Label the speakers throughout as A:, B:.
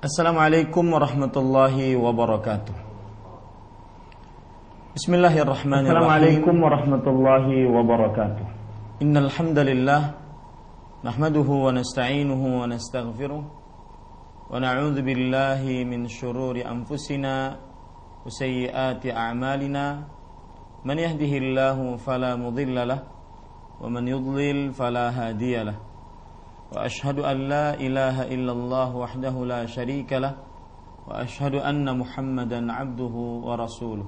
A: Assalamualaikum warahmatullahi wabarakatuh. Bismillahirrahmanirrahim.
B: Assalamualaikum warahmatullahi wabarakatuh.
A: Innal hamdalillah nahmaduhu wa nasta'inuhu wa nastaghfiruh wa na'udzu billahi min shururi anfusina wa sayyiati a'malina. Man yahdihillahu fala mudilla lahu wa man yudlil fala hadiya lahu. Wa ashhadu an la ilaha illallah wahdahu la syarika lah wa ashhadu anna Muhammadan abduhu wa rasuluh.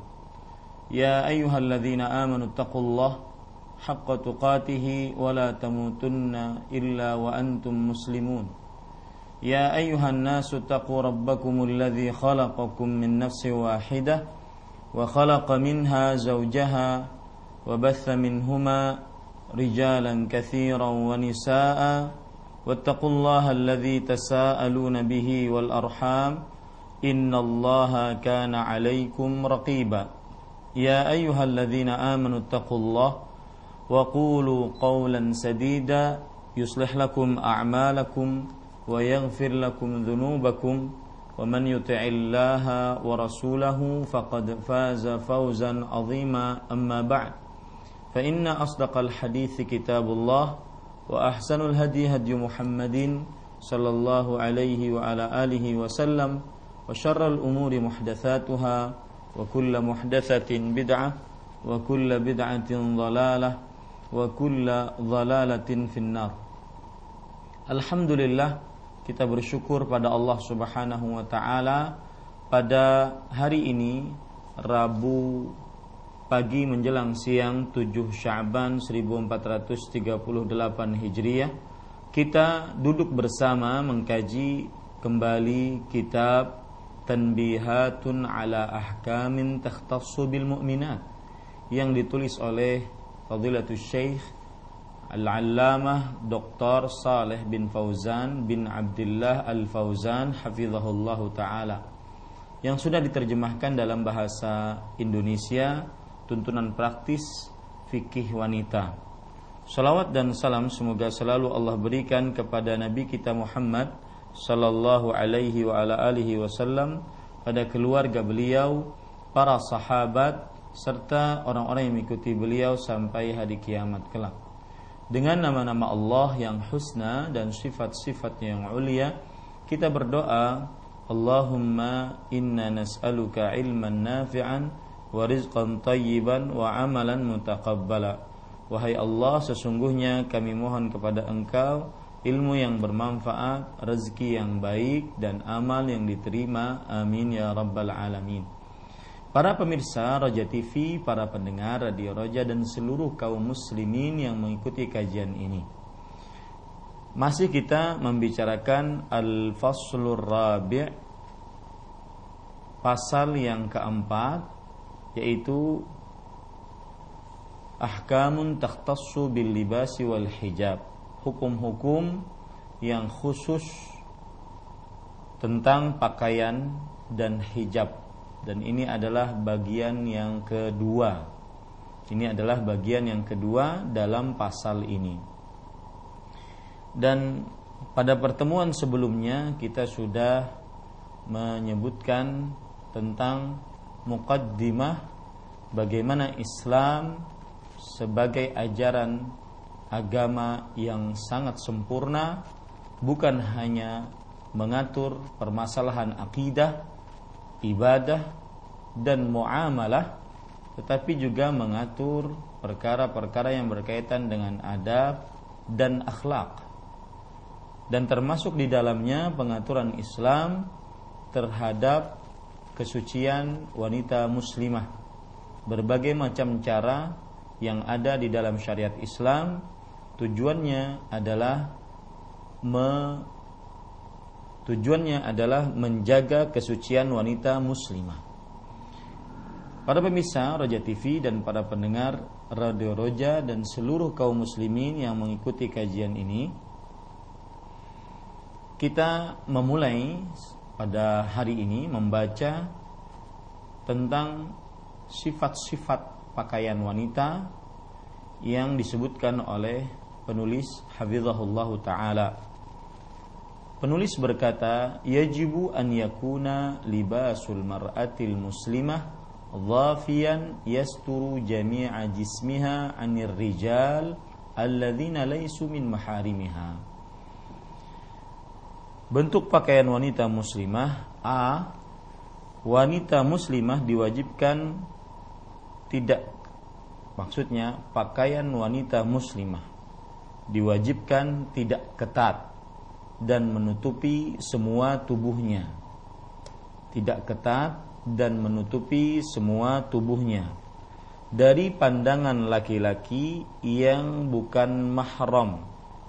A: Ya ayyuhalladzina amanu taqullaha haqqa tuqatih wa la tamutunna illa wa antum muslimun. Ya ayyuhan nasu taqu rabbakumul ladzi khalaqakum min nafsin wahidah wa khalaqa minha zawjaha wa batha minhuma rijalan katsiran wa nisaa'a واتقوا الله الذي تساءلون به والأرحام إن الله كان عليكم رقيبا يا أيها الذين آمنوا اتقوا الله وقولوا قولا سديدا يصلح لكم أعمالكم ويغفر لكم ذنوبكم ومن يطع الله ورسوله فقد فاز فوزا عظيما أما بعد فإن أصدق الحديث كتاب الله وأحسن الهدي هدي محمد صلى الله عليه وعلى آله وسلم وشر الأمور محدثاتها وكل محدثة بدعة وكل بدعة ضلالة وكل ضلالة في النار. Alhamdulillah, kita bersyukur pada Allah Subhanahu wa taala pada hari ini Rabu pagi menjelang siang 7 Sya'ban 1438 Hijriah, kita duduk bersama mengkaji kembali kitab Tanbihatun ala Ahkamin Takhtassu bil Mu'minat yang ditulis oleh Fadilatul Syekh Al-Allamah Dr. Saleh bin Fauzan bin Abdullah Al-Fauzan hafizahullahu ta'ala, yang sudah diterjemahkan dalam bahasa Indonesia, tuntunan praktis fikih wanita. Salawat dan salam semoga selalu Allah berikan kepada Nabi kita Muhammad sallallahu alaihi wa ala alihi wasallam, pada keluarga beliau, para sahabat, serta orang-orang yang mengikuti beliau sampai hari kiamat kelak. Dengan nama-nama Allah yang husna dan sifat-sifatnya yang ulia, kita berdoa, Allahumma inna nas'aluka ilman nafi'an wa rizqan tayyiban wa amalan mutaqabbala. Wahai Allah, sesungguhnya kami mohon kepada Engkau ilmu yang bermanfaat, rezeki yang baik, dan amal yang diterima. Amin ya rabbal alamin. Para pemirsa Roja TV, para pendengar Radio Roja, dan seluruh kaum muslimin yang mengikuti kajian ini, masih kita membicarakan Al-Faslur Rabi', pasal yang keempat, yaitu ahkamun takhtassu bil libasi wal hijab, hukum-hukum yang khusus tentang pakaian dan hijab. Dan ini adalah bagian yang kedua. Ini adalah bagian yang kedua dalam pasal ini. Dan pada pertemuan sebelumnya kita sudah menyebutkan tentang muqaddimah bagaimana Islam sebagai ajaran agama yang sangat sempurna, bukan hanya mengatur permasalahan akidah, ibadah, dan muamalah, tetapi juga mengatur perkara-perkara yang berkaitan dengan adab dan akhlak. Dan termasuk di dalamnya pengaturan Islam terhadap kesucian wanita muslimah. Berbagai macam cara yang ada di dalam syariat Islam, tujuannya adalah menjaga kesucian wanita muslimah. Para pemirsa Roja TV dan para pendengar Radio Roja dan seluruh kaum muslimin yang mengikuti kajian ini, kita memulai pada hari ini membaca tentang sifat-sifat pakaian wanita yang disebutkan oleh penulis hafizahullahu ta'ala. penulis berkata, yajibu an yakuna libasul mar'atil muslimah dhafiyan yasturu jami'a jismiha 'anir rijal alladzina laysu min maharimiha. Bentuk pakaian wanita muslimah: A. Wanita muslimah diwajibkan maksudnya pakaian wanita muslimah diwajibkan tidak ketat dan menutupi semua tubuhnya. Tidak ketat dan menutupi semua tubuhnya dari pandangan laki-laki yang bukan mahram,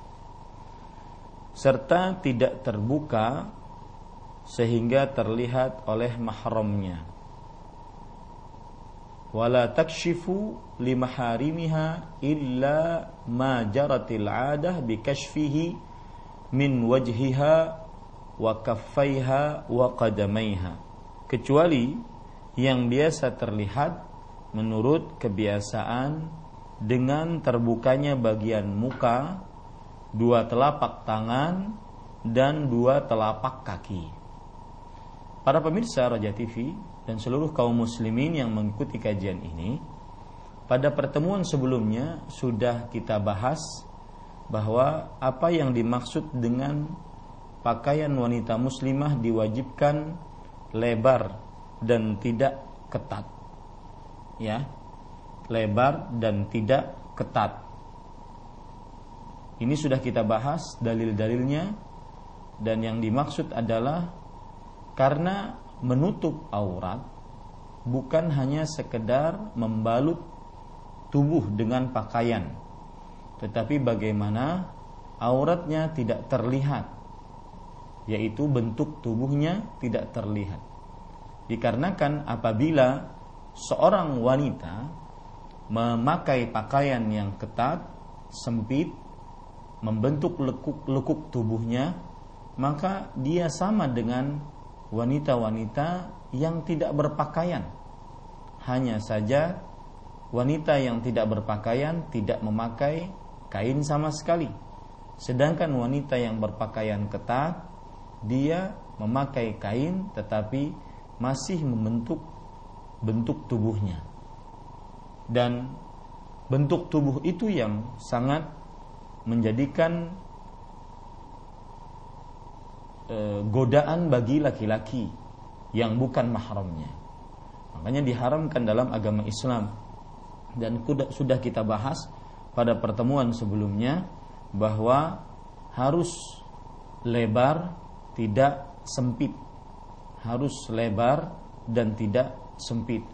A: serta tidak terbuka sehingga terlihat oleh mahramnya. Wala takshifu limaharimiha illa ma jaratil 'adah bikashfihi min wajhiha wa kaffaiha wa qadamaiha, kecuali yang biasa terlihat menurut kebiasaan dengan terbukanya bagian muka, 2 telapak tangan dan 2 telapak kaki. Para pemirsa Raja TV dan seluruh kaum muslimin yang mengikuti kajian ini, pada pertemuan sebelumnya sudah kita bahas bahwa apa yang dimaksud dengan pakaian wanita muslimah diwajibkan lebar dan tidak ketat. Ya, lebar dan tidak ketat. Ini sudah kita bahas dalil-dalilnya, dan yang dimaksud adalah karena menutup aurat bukan hanya sekedar membalut tubuh dengan pakaian, tetapi bagaimana auratnya tidak terlihat, yaitu bentuk tubuhnya tidak terlihat. Dikarenakan apabila seorang wanita memakai pakaian yang ketat, sempit, membentuk lekuk tubuhnya, maka dia sama dengan wanita-wanita yang tidak berpakaian. Hanya saja wanita yang tidak berpakaian tidak memakai kain sama sekali, sedangkan wanita yang berpakaian ketat dia memakai kain tetapi masih membentuk bentuk tubuhnya, dan bentuk tubuh itu yang sangat menjadikan godaan bagi laki-laki yang bukan mahramnya. Makanya diharamkan dalam agama Islam. Dan sudah kita bahas pada pertemuan sebelumnya bahwa harus lebar, tidak sempit. Harus lebar dan tidak sempit.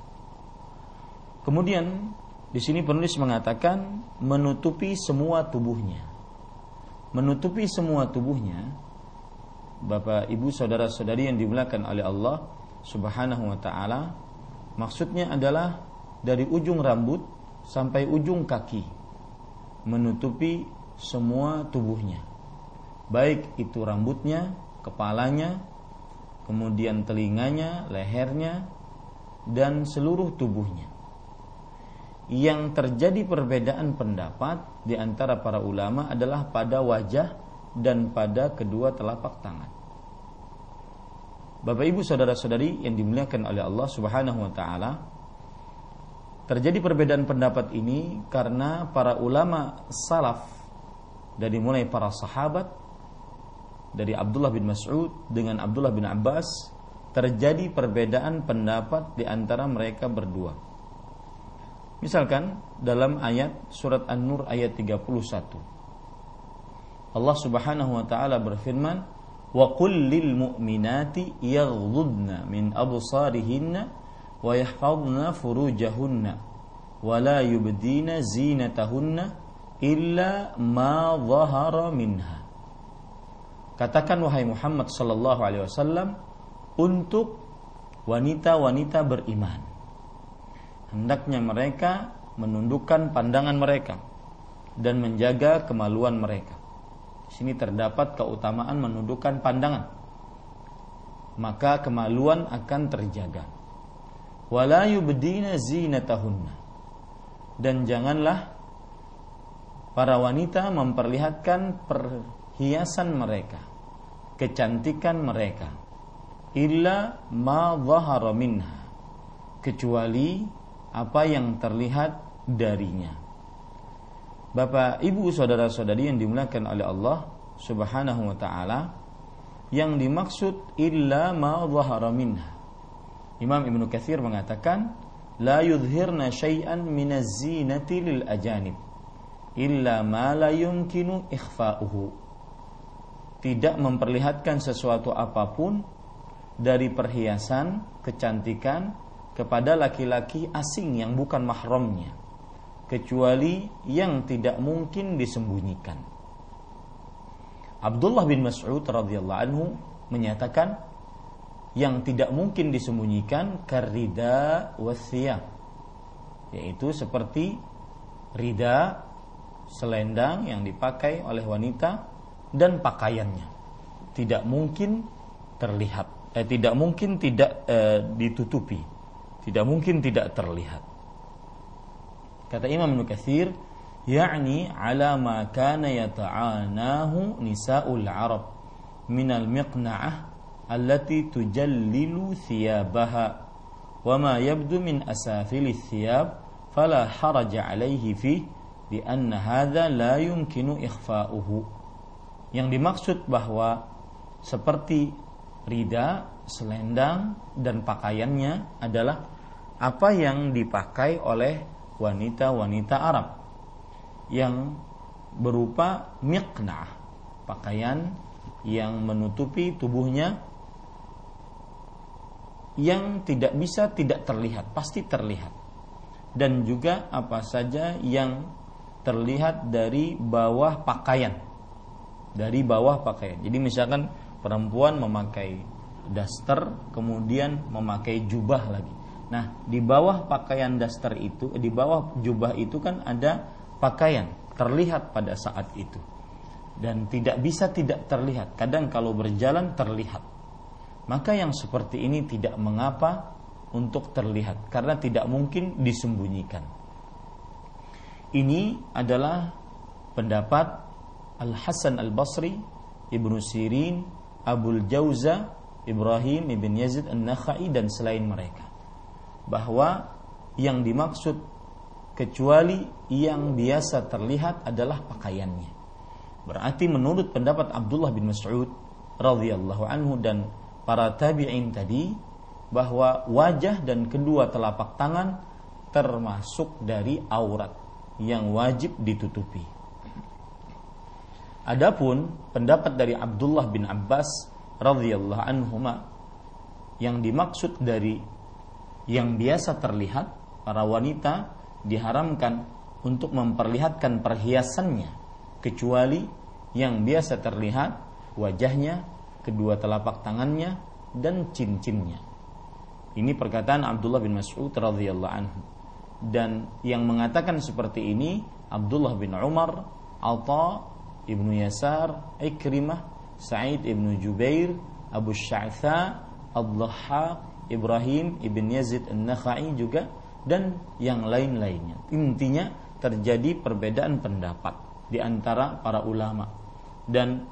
A: Kemudian di sini penulis mengatakan menutupi semua tubuhnya. Menutupi semua tubuhnya, Bapak, Ibu, saudara-saudari yang dimuliakan oleh Allah Subhanahu wa taala, maksudnya adalah dari ujung rambut sampai ujung kaki, menutupi semua tubuhnya. Baik itu rambutnya, kepalanya, kemudian telinganya, lehernya, dan seluruh tubuhnya. Yang terjadi perbedaan pendapat di antara para ulama adalah pada wajah dan pada kedua telapak tangan. Bapak, Ibu, saudara-saudari yang dimuliakan oleh Allah Subhanahu wa taala, terjadi perbedaan pendapat ini karena para ulama salaf, dari mulai para sahabat, dari Abdullah bin Mas'ud dengan Abdullah bin Abbas, terjadi perbedaan pendapat di antara mereka berdua. Misalkan dalam ayat surat An-Nur ayat 31, Allah Subhanahu wa taala berfirman, wa qul lil mu'minati yaghdudna min absarihinna wa yahfazna furujahunna wa la yubdina zinatahunna illa ma dhahara minha. Katakan wahai Muhammad sallallahu alaihi wasallam untuk wanita-wanita beriman, hendaknya mereka menundukkan pandangan mereka dan menjaga kemaluan mereka. Di sini terdapat keutamaan menundukkan pandangan, maka kemaluan akan terjaga. Wala yubdina zinatahunna, dan janganlah para wanita memperlihatkan perhiasan mereka, kecantikan mereka, illa ma dhahara minha, kecuali apa yang terlihat darinya. Bapak, Ibu, saudara-saudari yang dimuliakan oleh Allah Subhanahu wa taala, yang dimaksud illa ma dhahara minha, Imam Ibnu Katsir mengatakan la yudhhirna syai'an minaz zinati lil ajanib illa ma la yumkinu ikhfa'uhu, tidak memperlihatkan sesuatu apapun dari perhiasan kecantikan kepada laki-laki asing yang bukan mahramnya, kecuali yang tidak mungkin disembunyikan. Abdullah bin Mas'ud radhiyallahu anhu menyatakan yang tidak mungkin disembunyikan karida wathiyab, yaitu seperti rida, selendang yang dipakai oleh wanita, dan pakaiannya tidak mungkin terlihat, tidak mungkin tidak ditutupi, tidak mungkin tidak terlihat. Kata Imam Ibnu Katsir, yakni ala ma kana yata'anahu nisa'ul Arab minal miqna'ah allati tujallilu thiyabaha wa ma yabdu min asafili thiyab fala haraja alaihi fi li anna hadha la yumkinu ikhfa'uhu. Yang dimaksud bahwa seperti rida, selendang, dan pakaiannya adalah apa yang dipakai oleh wanita-wanita Arab yang berupa miqna'ah, pakaian yang menutupi tubuhnya, yang tidak bisa tidak terlihat, pasti terlihat, dan juga apa saja yang terlihat dari bawah pakaian, dari bawah pakaian. Jadi misalkan perempuan memakai daster, kemudian memakai jubah lagi. Nah, di bawah pakaian daster itu, di bawah jubah itu kan ada pakaian terlihat pada saat itu, dan tidak bisa tidak terlihat. Kadang kalau berjalan terlihat. Maka yang seperti ini tidak mengapa untuk terlihat, karena tidak mungkin disembunyikan. Ini adalah pendapat Al-Hasan Al-Basri, Ibnu Sirin, Abul Jauza, Ibrahim ibn Yazid An-Nakhai, dan selain mereka, bahwa yang dimaksud kecuali yang biasa terlihat adalah pakaiannya. Berarti menurut pendapat Abdullah bin Mas'ud radhiyallahu anhu dan para tabi'in tadi, bahwa wajah dan kedua telapak tangan termasuk dari aurat yang wajib ditutupi. Adapun pendapat dari Abdullah bin Abbas radhiyallahu anhuma, yang dimaksud dari yang biasa terlihat, para wanita diharamkan untuk memperlihatkan perhiasannya kecuali yang biasa terlihat wajahnya, kedua telapak tangannya, dan cincinnya. Ini perkataan Abdullah bin Mas'ud radhiyallahu anhu. Dan yang mengatakan seperti ini Abdullah bin Umar, Atha ibnu Yasar, Ikrimah, Sa'id ibnu Jubair, Abu Sya'tha, Ad-Dhahhak, Ibrahim ibn Yazid An-Nakhai juga, dan yang lain-lainnya. Intinya terjadi perbedaan pendapat di antara para ulama, dan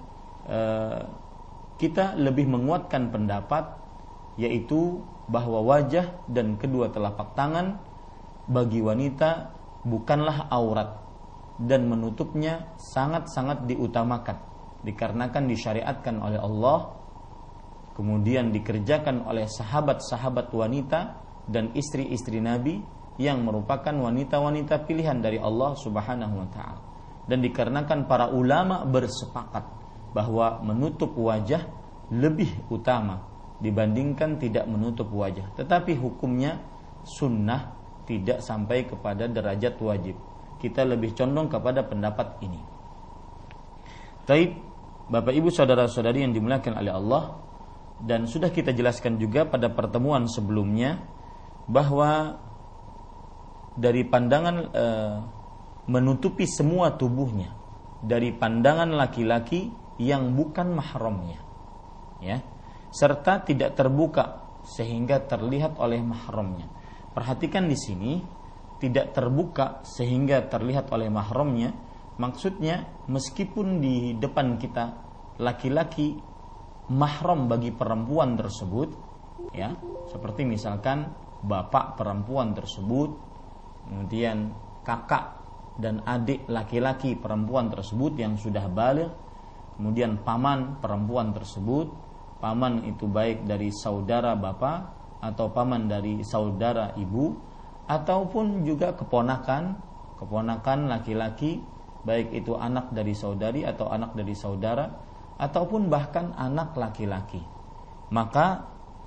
A: kita lebih menguatkan pendapat yaitu bahwa wajah dan kedua telapak tangan bagi wanita bukanlah aurat, dan menutupnya sangat-sangat diutamakan dikarenakan disyariatkan oleh Allah, kemudian dikerjakan oleh sahabat-sahabat wanita dan istri-istri Nabi yang merupakan wanita-wanita pilihan dari Allah Subhanahu wa taala, dan dikarenakan para ulama bersepakat bahwa menutup wajah lebih utama dibandingkan tidak menutup wajah, tetapi hukumnya sunnah, tidak sampai kepada derajat wajib. Kita lebih condong kepada pendapat ini. Taib, Bapak Ibu saudara-saudari yang dimuliakan oleh Allah, dan sudah kita jelaskan juga pada pertemuan sebelumnya bahwa dari pandangan menutupi semua tubuhnya dari pandangan laki-laki yang bukan mahramnya, ya, serta tidak terbuka sehingga terlihat oleh mahramnya. Perhatikan di sini, tidak terbuka sehingga terlihat oleh mahramnya, maksudnya meskipun di depan kita laki-laki mahram bagi perempuan tersebut, ya, seperti misalkan bapak perempuan tersebut, kemudian kakak dan adik laki-laki perempuan tersebut yang sudah baligh, kemudian paman perempuan tersebut, paman itu baik dari saudara bapak atau paman dari saudara ibu, ataupun juga keponakan laki-laki, baik itu anak dari saudari atau anak dari saudara, ataupun bahkan anak laki-laki. Maka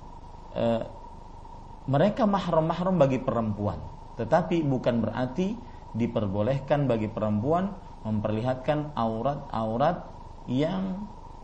A: mereka mahram bagi perempuan, tetapi bukan berarti diperbolehkan bagi perempuan memperlihatkan aurat-aurat yang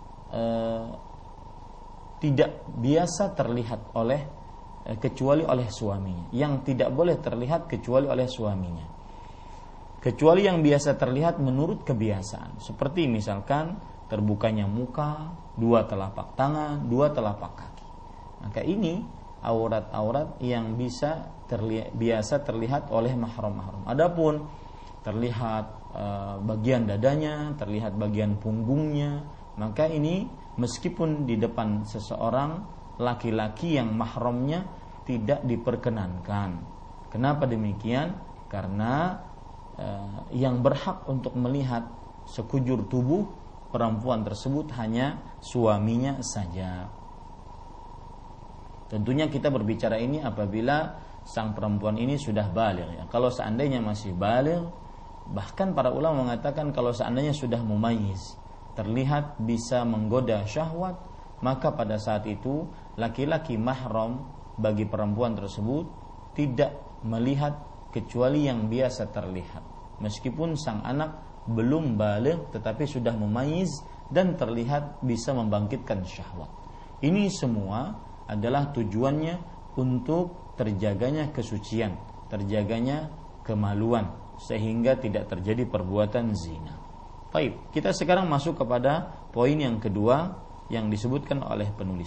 A: tidak biasa terlihat kecuali oleh suaminya, yang tidak boleh terlihat kecuali oleh suaminya, kecuali yang biasa terlihat menurut kebiasaan, seperti misalkan terbukanya muka, 2 telapak tangan, 2 telapak kaki. Maka ini aurat-aurat yang biasa terlihat oleh mahram. Adapun terlihat bagian dadanya, terlihat bagian punggungnya, maka ini meskipun di depan seseorang laki-laki yang mahramnya tidak diperkenankan. Kenapa demikian? Karena yang berhak untuk melihat sekujur tubuh perempuan tersebut hanya suaminya saja. Tentunya kita berbicara ini apabila sang perempuan ini sudah baligh, ya. Kalau seandainya masih baligh, bahkan para ulama mengatakan kalau seandainya sudah mumayyiz, terlihat bisa menggoda syahwat, maka pada saat itu laki-laki mahram bagi perempuan tersebut tidak melihat kecuali yang biasa terlihat, meskipun sang anak belum baligh tetapi sudah mumayyiz dan terlihat bisa membangkitkan syahwat. Ini semua adalah tujuannya untuk terjaganya kesucian, terjaganya kemaluan, sehingga tidak terjadi perbuatan zina. Baik, kita sekarang masuk kepada poin yang kedua yang disebutkan oleh penulis.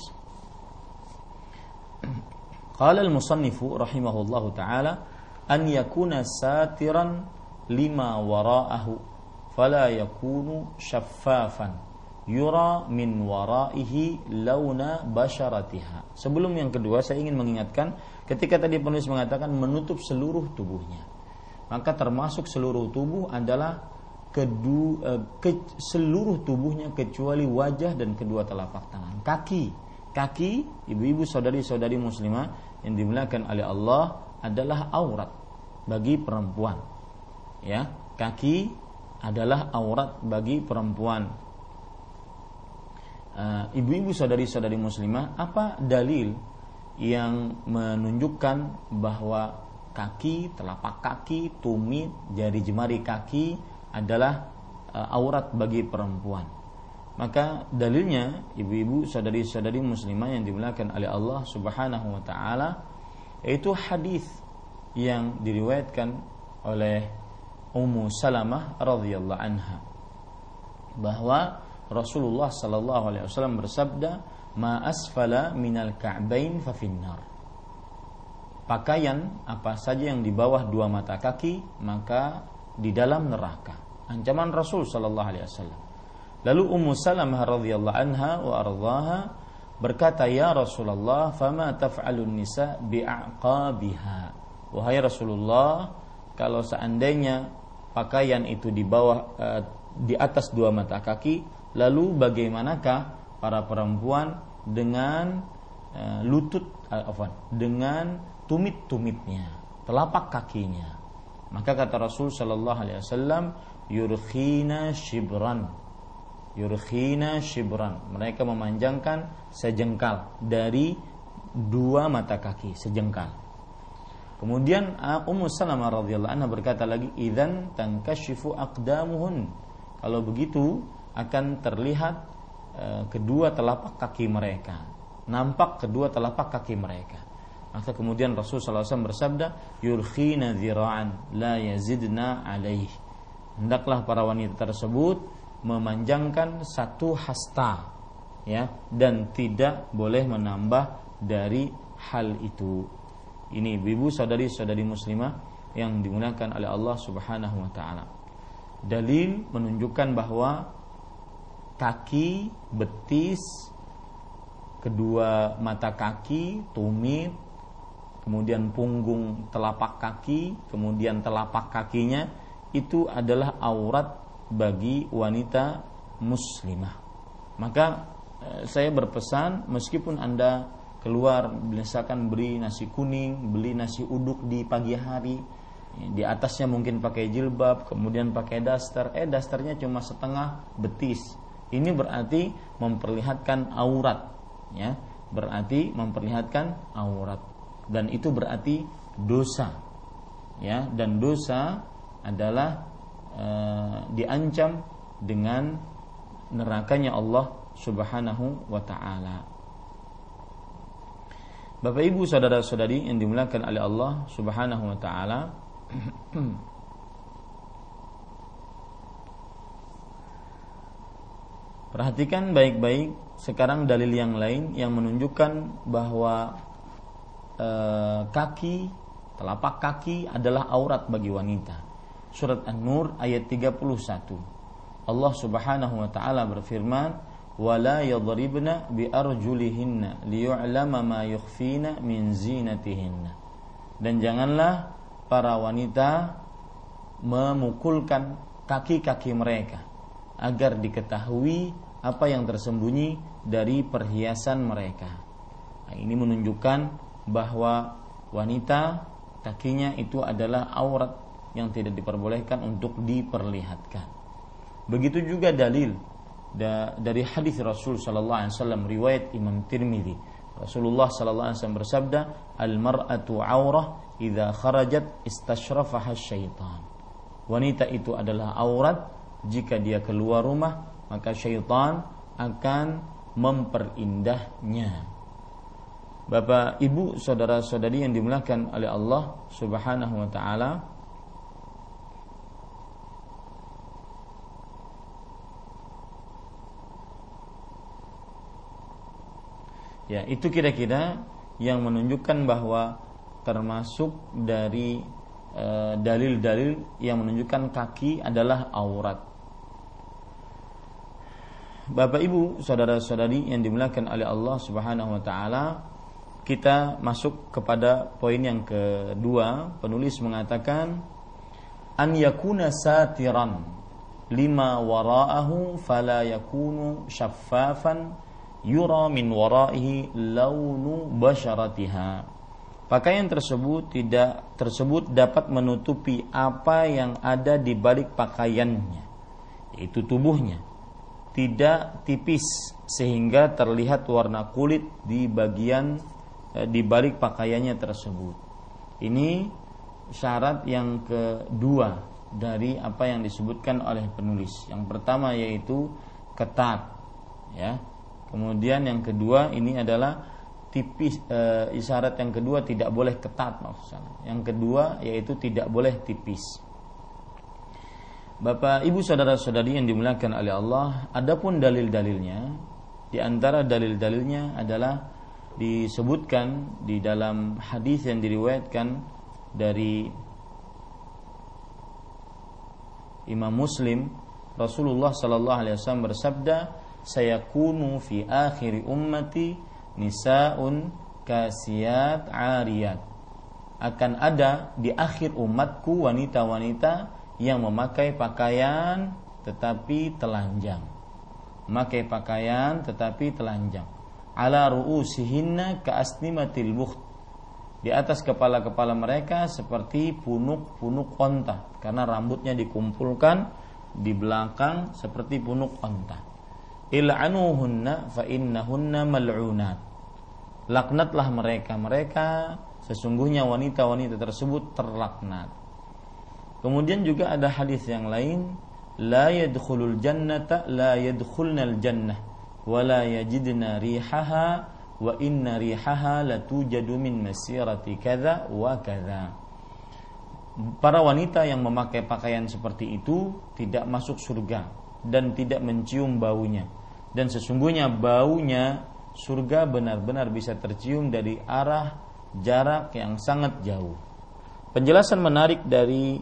A: Qala al-musannifu rahimahullahu ta'ala an yakuna satiran lima wara'ahu fala yakunu syaffafan yura min waraihi launa basharatiha. Sebelum yang kedua saya ingin mengingatkan, ketika tadi penulis mengatakan menutup seluruh tubuhnya, maka termasuk seluruh tubuh adalah seluruh tubuhnya kecuali wajah dan kedua telapak tangan. Kaki, ibu-ibu saudari-saudari muslimah yang dimuliakan oleh Allah, adalah aurat bagi perempuan. Ya, kaki adalah aurat bagi perempuan. Ibu-ibu saudari-saudari muslimah, apa dalil yang menunjukkan bahwa kaki, telapak kaki, tumit, jari jemari kaki adalah aurat bagi perempuan? Maka dalilnya, ibu-ibu saudari-saudari muslimah yang dimuliakan oleh Allah Subhanahu wa taala, yaitu hadis yang diriwayatkan oleh Ummu Salamah radhiyallahu anha, bahwa Rasulullah sallallahu alaihi wasallam bersabda, "Ma asfala minal ka'bain fa finnar." Pakaian apa saja yang di bawah 2 mata kaki maka di dalam neraka. Ancaman Rasul sallallahu alaihi wasallam. Lalu Ummu Salamah radhiyallahu anha wa ardhaha berkata, "Ya Rasulullah, fama taf'alun nisa bi'aqabiha?" Wahai Rasulullah, kalau seandainya pakaian itu di bawah di atas 2 mata kaki, lalu bagaimanakah para perempuan dengan dengan tumit-tumitnya, telapak kakinya? Maka kata Rasul sallallahu alaihi wasallam, yurkhina shibran, mereka memanjangkan sejengkal dari 2 mata kaki, sejengkal. Kemudian Ummu Salamah radhiyallahu anha berkata lagi, idzan tankashifu aqdamuhun, kalau begitu akan terlihat kedua telapak kaki mereka, nampak kedua telapak kaki mereka. Maka kemudian Rasul sallallahu alaihi wasallam bersabda, yurkhina dzira'an la yazidna alaih, hendaklah para wanita tersebut memanjangkan 1 hasta, ya, dan tidak boleh menambah dari hal itu. Ini ibu saudari-saudari muslimah yang dimuliakan oleh Allah Subhanahu wa taala. Dalil menunjukkan bahwa kaki, betis kedua mata kaki, tumit, kemudian punggung telapak kaki, kemudian telapak kakinya, itu adalah aurat bagi wanita muslimah. Maka saya berpesan, meskipun Anda keluar misalkan beli nasi kuning, beli nasi uduk di pagi hari, di atasnya mungkin pakai jilbab, kemudian pakai daster, dasternya cuma setengah betis, ini berarti memperlihatkan aurat, ya, berarti memperlihatkan aurat, dan itu berarti dosa, ya, dan dosa adalah diancam dengan nerakanya Allah Subhanahu wa ta'ala. Bapak Ibu saudara-saudari yang dimuliakan oleh Allah Subhanahu wa ta'ala, perhatikan baik-baik sekarang dalil yang lain yang menunjukkan bahwa kaki, telapak kaki adalah aurat bagi wanita. Surat An-Nur ayat 31. Allah Subhanahu wa ta'ala berfirman, وَلَا يَضْرِبْنَ بِأَرْجُلِهِنَّ لِيُعْلَمَ مَا يُخْفِينَ مِنْ زِينَتِهِنَّ. Dan janganlah para wanita memukulkan kaki-kaki mereka agar diketahui apa yang tersembunyi dari perhiasan mereka. Nah, ini menunjukkan bahwa wanita kakinya itu adalah aurat yang tidak diperbolehkan untuk diperlihatkan. Begitu juga dalil dari hadis Rasul sallallahu alaihi wasallam riwayat Imam Tirmidzi. Rasulullah sallallahu alaihi wasallam bersabda, "Al-mar'atu 'aurah idza kharajat istashrafaha syaitan." Wanita itu adalah aurat, jika dia keluar rumah maka syaitan akan memperindah-nya. Bapak, Ibu, saudara-saudari yang dimuliakan oleh Allah Subhanahu wa taala, ya, itu kira-kira yang menunjukkan bahwa termasuk dari dalil-dalil yang menunjukkan kaki adalah aurat. Bapak Ibu, saudara-saudari yang dimuliakan oleh Allah Subhanahu wa taala, kita masuk kepada poin yang kedua. Penulis mengatakan, an yakuna satiran lima wara'ahu fala yakunu syaffafan yura min waraihi launu basyaratiha. Pakaian tersebut dapat menutupi apa yang ada di balik pakaiannya, yaitu tubuhnya, tidak tipis sehingga terlihat warna kulit di bagian di balik pakaiannya tersebut. Ini syarat yang kedua dari apa yang disebutkan oleh penulis. Yang pertama yaitu ketat, ya. Kemudian yang kedua ini adalah tipis. Isyarat yang kedua tidak boleh ketat maksudnya. Yang kedua yaitu tidak boleh tipis. Bapak, Ibu, saudara-saudari yang dimuliakan oleh Allah, adapun dalil-dalilnya, di antara dalil-dalilnya adalah disebutkan di dalam hadis yang diriwayatkan dari Imam Muslim. Rasulullah sallallahu alaihi wasallam bersabda, sayakunu fi akhir ummati nisaun kasiyat ariyat. Akan ada di akhir umatku wanita-wanita yang memakai pakaian tetapi telanjang. Memakai pakaian tetapi telanjang. Ala ru'usihinna ka'asnimatil bukht. Di atas kepala-kepala mereka seperti punuk-punuk onta, karena rambutnya dikumpulkan di belakang seperti punuk onta. Il'anuhunna fa innahunna mal'unat. Laknatlah mereka sesungguhnya wanita-wanita tersebut terlaknat. Kemudian juga ada hadis yang lain, la yadkhulul jannata la yadkhulnal jannah wa la yajidna rihaha wa inna rihaha latujadu min masirati kadza wa kadza. Para wanita yang memakai pakaian seperti itu tidak masuk surga dan tidak mencium baunya, dan sesungguhnya baunya surga benar-benar bisa tercium dari arah jarak yang sangat jauh. Penjelasan menarik dari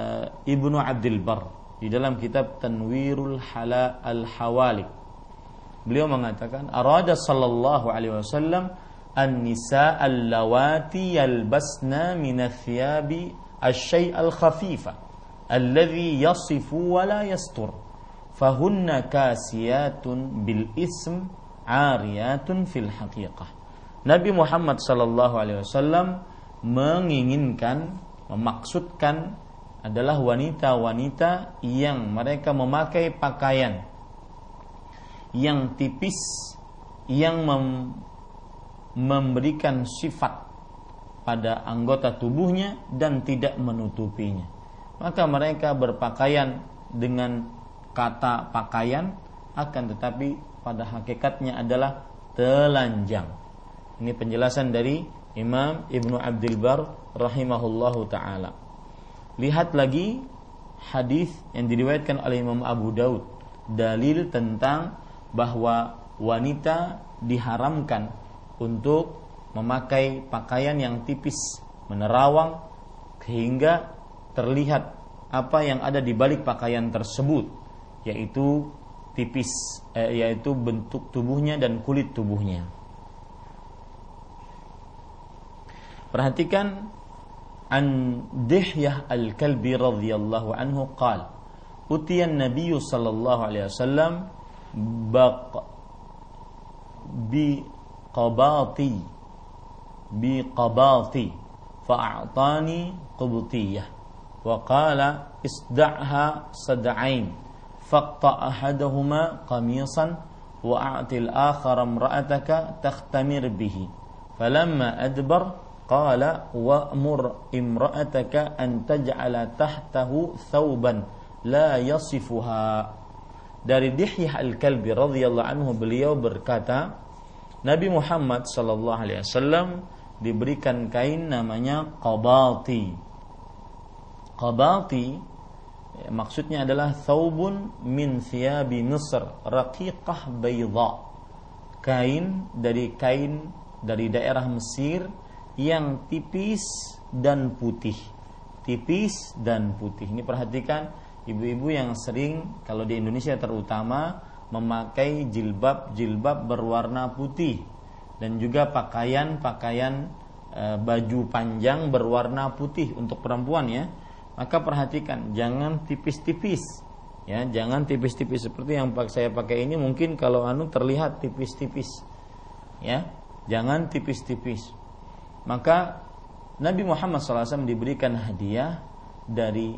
A: Ibnu Abdul Barr di dalam kitab Tanwirul Al-Hawalik. Beliau mengatakan, arada sallallahu alaihi wasallam an-nisa allawati yalbasna min ath-thiyabi asy-syai' al-khafifa alladhi yasifu wa la yastur fahunna kasiyatun bil ism 'ariyatun fil haqiqah. Nabi Muhammad sallallahu alaihi wasallam menginginkan, memaksudkan adalah wanita-wanita yang mereka memakai pakaian yang tipis, yang memberikan sifat pada anggota tubuhnya dan tidak menutupinya. Maka mereka berpakaian dengan kata pakaian, akan tetapi pada hakikatnya adalah telanjang. Ini penjelasan dari Imam Ibnu Abdul Bar rahimahullahu ta'ala. Lihat lagi hadis yang diriwayatkan oleh Imam Abu Daud, dalil tentang bahwa wanita diharamkan untuk memakai pakaian yang tipis, menerawang sehingga terlihat apa yang ada di balik pakaian tersebut, yaitu tipis, yaitu bentuk tubuhnya dan kulit tubuhnya. Perhatikan an Dihyah al-Kalbi radhiyallahu anhu qala utiya an-nabiy sallallahu alaihi wasallam biqabati fa'atani qubtiyah wa qala isda'ha sad'ain faqta ahaduhuma qamisan wa a'til akhara imra'ataka takhtamir bihi falamma adbar qala wa'mur imra'ataka an taj'ala tahtahu thawban la yasifuha. Dari Dihyah al-Kalbi radhiyallahu anhu, beliau berkata, Nabi Muhammad sallallahu alaihi wasallam diberikan kain namanya qabati. Qabati maksudnya adalah thawbun min thiyabi Misr raqiqah bayda. Kain dari daerah Mesir yang tipis dan putih. Tipis dan putih. Ini perhatikan ibu-ibu yang sering, kalau di Indonesia terutama, memakai jilbab berwarna putih dan juga pakaian baju panjang berwarna putih untuk perempuan ya. Maka perhatikan, jangan tipis-tipis. Ya, jangan tipis-tipis seperti yang saya pakai ini, mungkin kalau terlihat tipis-tipis. Ya, jangan tipis-tipis. Maka Nabi Muhammad SAW diberikan hadiah dari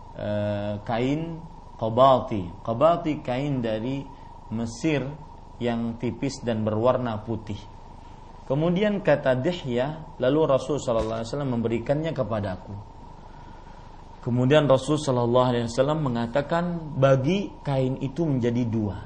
A: kain qabati. Qabati kain dari Mesir yang tipis dan berwarna putih. Kemudian kata Dihyah, lalu Rasul sallallahu alaihi wasallam memberikannya kepadaku. Kemudian Rasul sallallahu alaihi wasallam mengatakan, bagi kain itu menjadi dua.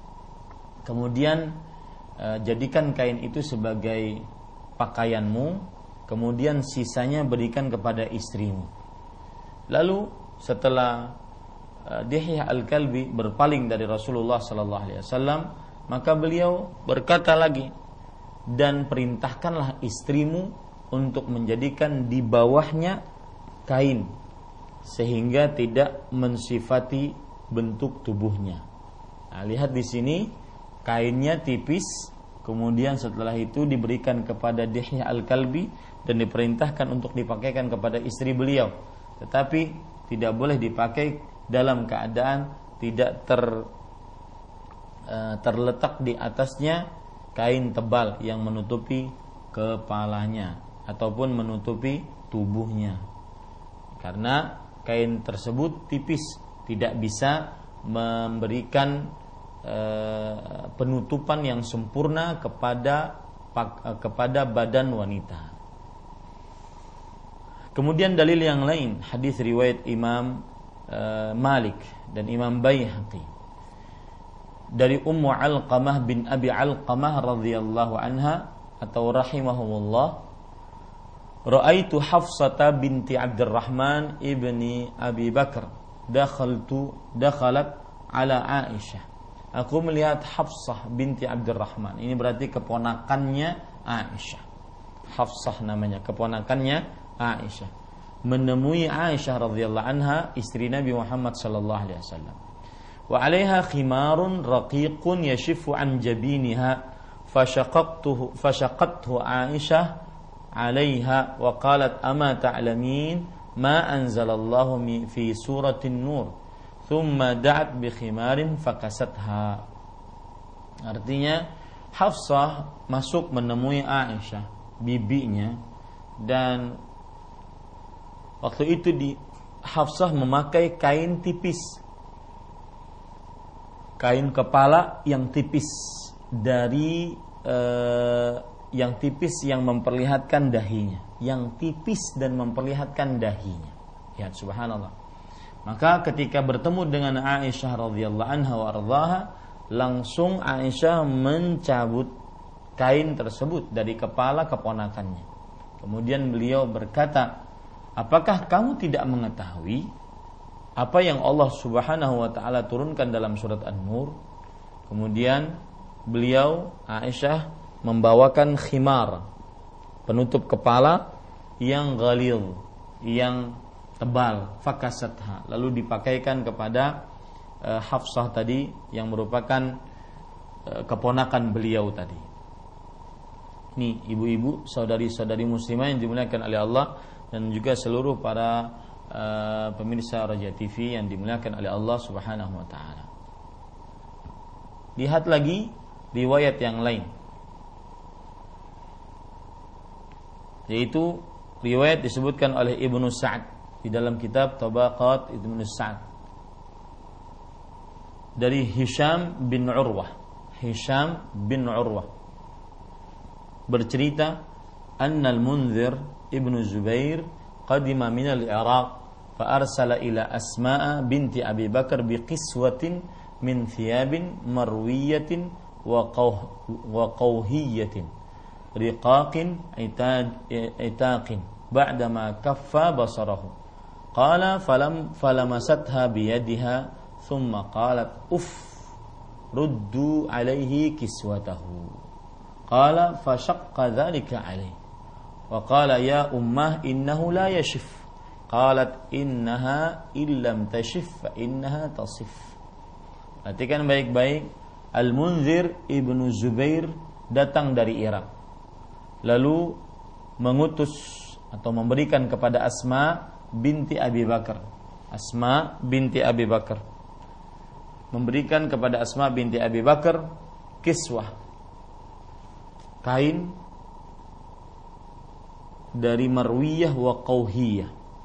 A: Kemudian jadikan kain itu sebagai pakaianmu, kemudian sisanya berikan kepada istrimu. Lalu setelah Dihyah al-Kalbi berpaling dari Rasulullah sallallahu alaihi wasallam, maka beliau berkata lagi, dan perintahkanlah istrimu untuk menjadikan di bawahnya kain sehingga tidak mensifati bentuk tubuhnya. Nah, lihat di sini kainnya tipis, kemudian setelah itu diberikan kepada Dihyah al-Kalbi dan diperintahkan untuk dipakaikan kepada istri beliau, tetapi tidak boleh dipakai dalam keadaan tidak terletak di atasnya kain tebal yang menutupi kepalanya ataupun menutupi tubuhnya, karena kain tersebut tipis, tidak bisa memberikan penutupan yang sempurna kepada badan wanita. Kemudian dalil yang lain, hadis riwayat Imam Malik dan Imam Baihaqi dari Ummu Alqamah bin Abi Alqamah radhiyallahu anha atau rahimahumullah, ra'aitu Hafsata binti Abdurrahman ibni Abi Bakar dakhalat ala Aisyah. Aku melihat Hafsah binti Abdurrahman, ini berarti keponakannya Aisyah. Hafsah namanya, keponakannya Aisyah, menemui Aisyah radhiyallahu anha, istri Nabi Muhammad sallallahu alaihi wasallam. wa 'alaiha khimarun raqiqun yashifu an jabiniha fashaqathu Aisyah 'alaiha wa qalat ama ta'lamin ma anzalallahu fi suratin nur thumma da'at bi khimarin fakasatha. Artinya Hafsah masuk menemui Aisyah, bibinya, dan waktu itu Hafsah memakai kain tipis, kain kepala yang tipis dari yang tipis yang memperlihatkan dahinya, yang tipis dan memperlihatkan dahinya. Ya subhanallah. Maka ketika bertemu dengan Aisyah radhiyallahu anha wa ardhaha, langsung Aisyah mencabut kain tersebut dari kepala keponakannya. Kemudian beliau berkata, apakah kamu tidak mengetahui apa yang Allah Subhanahu wa ta'ala turunkan dalam surat An-Nur? Kemudian beliau, Aisyah, membawakan khimar, penutup kepala yang ghalil, yang tebal, fakasatha, lalu dipakaikan kepada Hafsah tadi, yang merupakan keponakan beliau tadi. Ini ibu-ibu, saudari-saudari muslimah yang dimuliakan oleh Allah, dan juga seluruh para pemirsa Raja TV yang dimuliakan oleh Allah Subhanahu wa ta'ala. Lihat lagi riwayat yang lain, yaitu riwayat disebutkan oleh Ibnu Sa'd di dalam kitab Tabaqat Ibnu Sa'd dari Hisham bin Urwah. Hisham bin Urwah bercerita, anna al-Munzir ibnu Zubair qadima min al-Iraq fa arsala ila Asma'a binti Abi Bakar biqiswatin min thiyabin marwiyatin wa qawhiyatin riqaqin itaqin ba'dama kaffa basarahu. Qala falamasatha biyadiha thumma qalat ruddu alaihi kiswatahu. Qala fashaqqa dhalika alaihi wa qala ya ummah innahu la yashif. Qalat innaha illam tashif fa innaha tasif. Perhatikan baik-baik, Al-Munzir ibnu Zubair datang dari Irak, lalu mengutus atau memberikan kepada Asma binti Abi Bakar. Asma binti Abi Bakar memberikan kepada Asma binti Abi Bakar kiswah, kain dari marwiyah wa qawhiyah.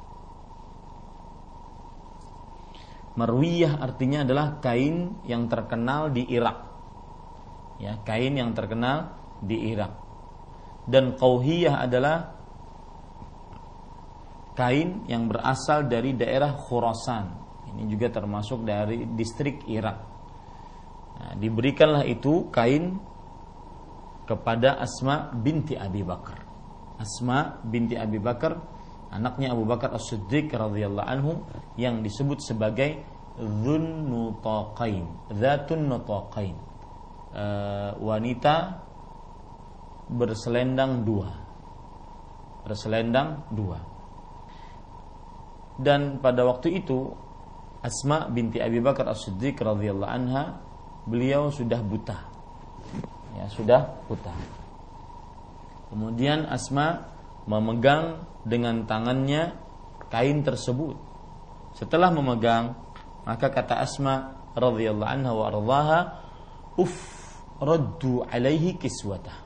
A: Marwiyah artinya adalah kain yang terkenal di Irak, ya, kain yang terkenal di Irak. Dan qawhiyah adalah kain yang berasal dari daerah Khurasan. Ini juga termasuk dari distrik Irak. Nah, diberikanlah itu kain kepada Asma binti Abi Bakar. Asma binti Abi Bakar, anaknya Abu Bakar As-Siddiq radhiyallahu anhu, yang disebut sebagai Dzun Nutaqain, Dzatun Nutaqain, wanita berselendang dua. Dan pada waktu itu Asma binti Abi Bakar As-Siddiq radhiyallahu anha, beliau sudah buta. Ya, sudah buta. Kemudian Asma memegang dengan tangannya kain tersebut. Setelah memegang, maka kata Asma radhiyallahu anha wa ardhaha, raddu alaihi kiswatah.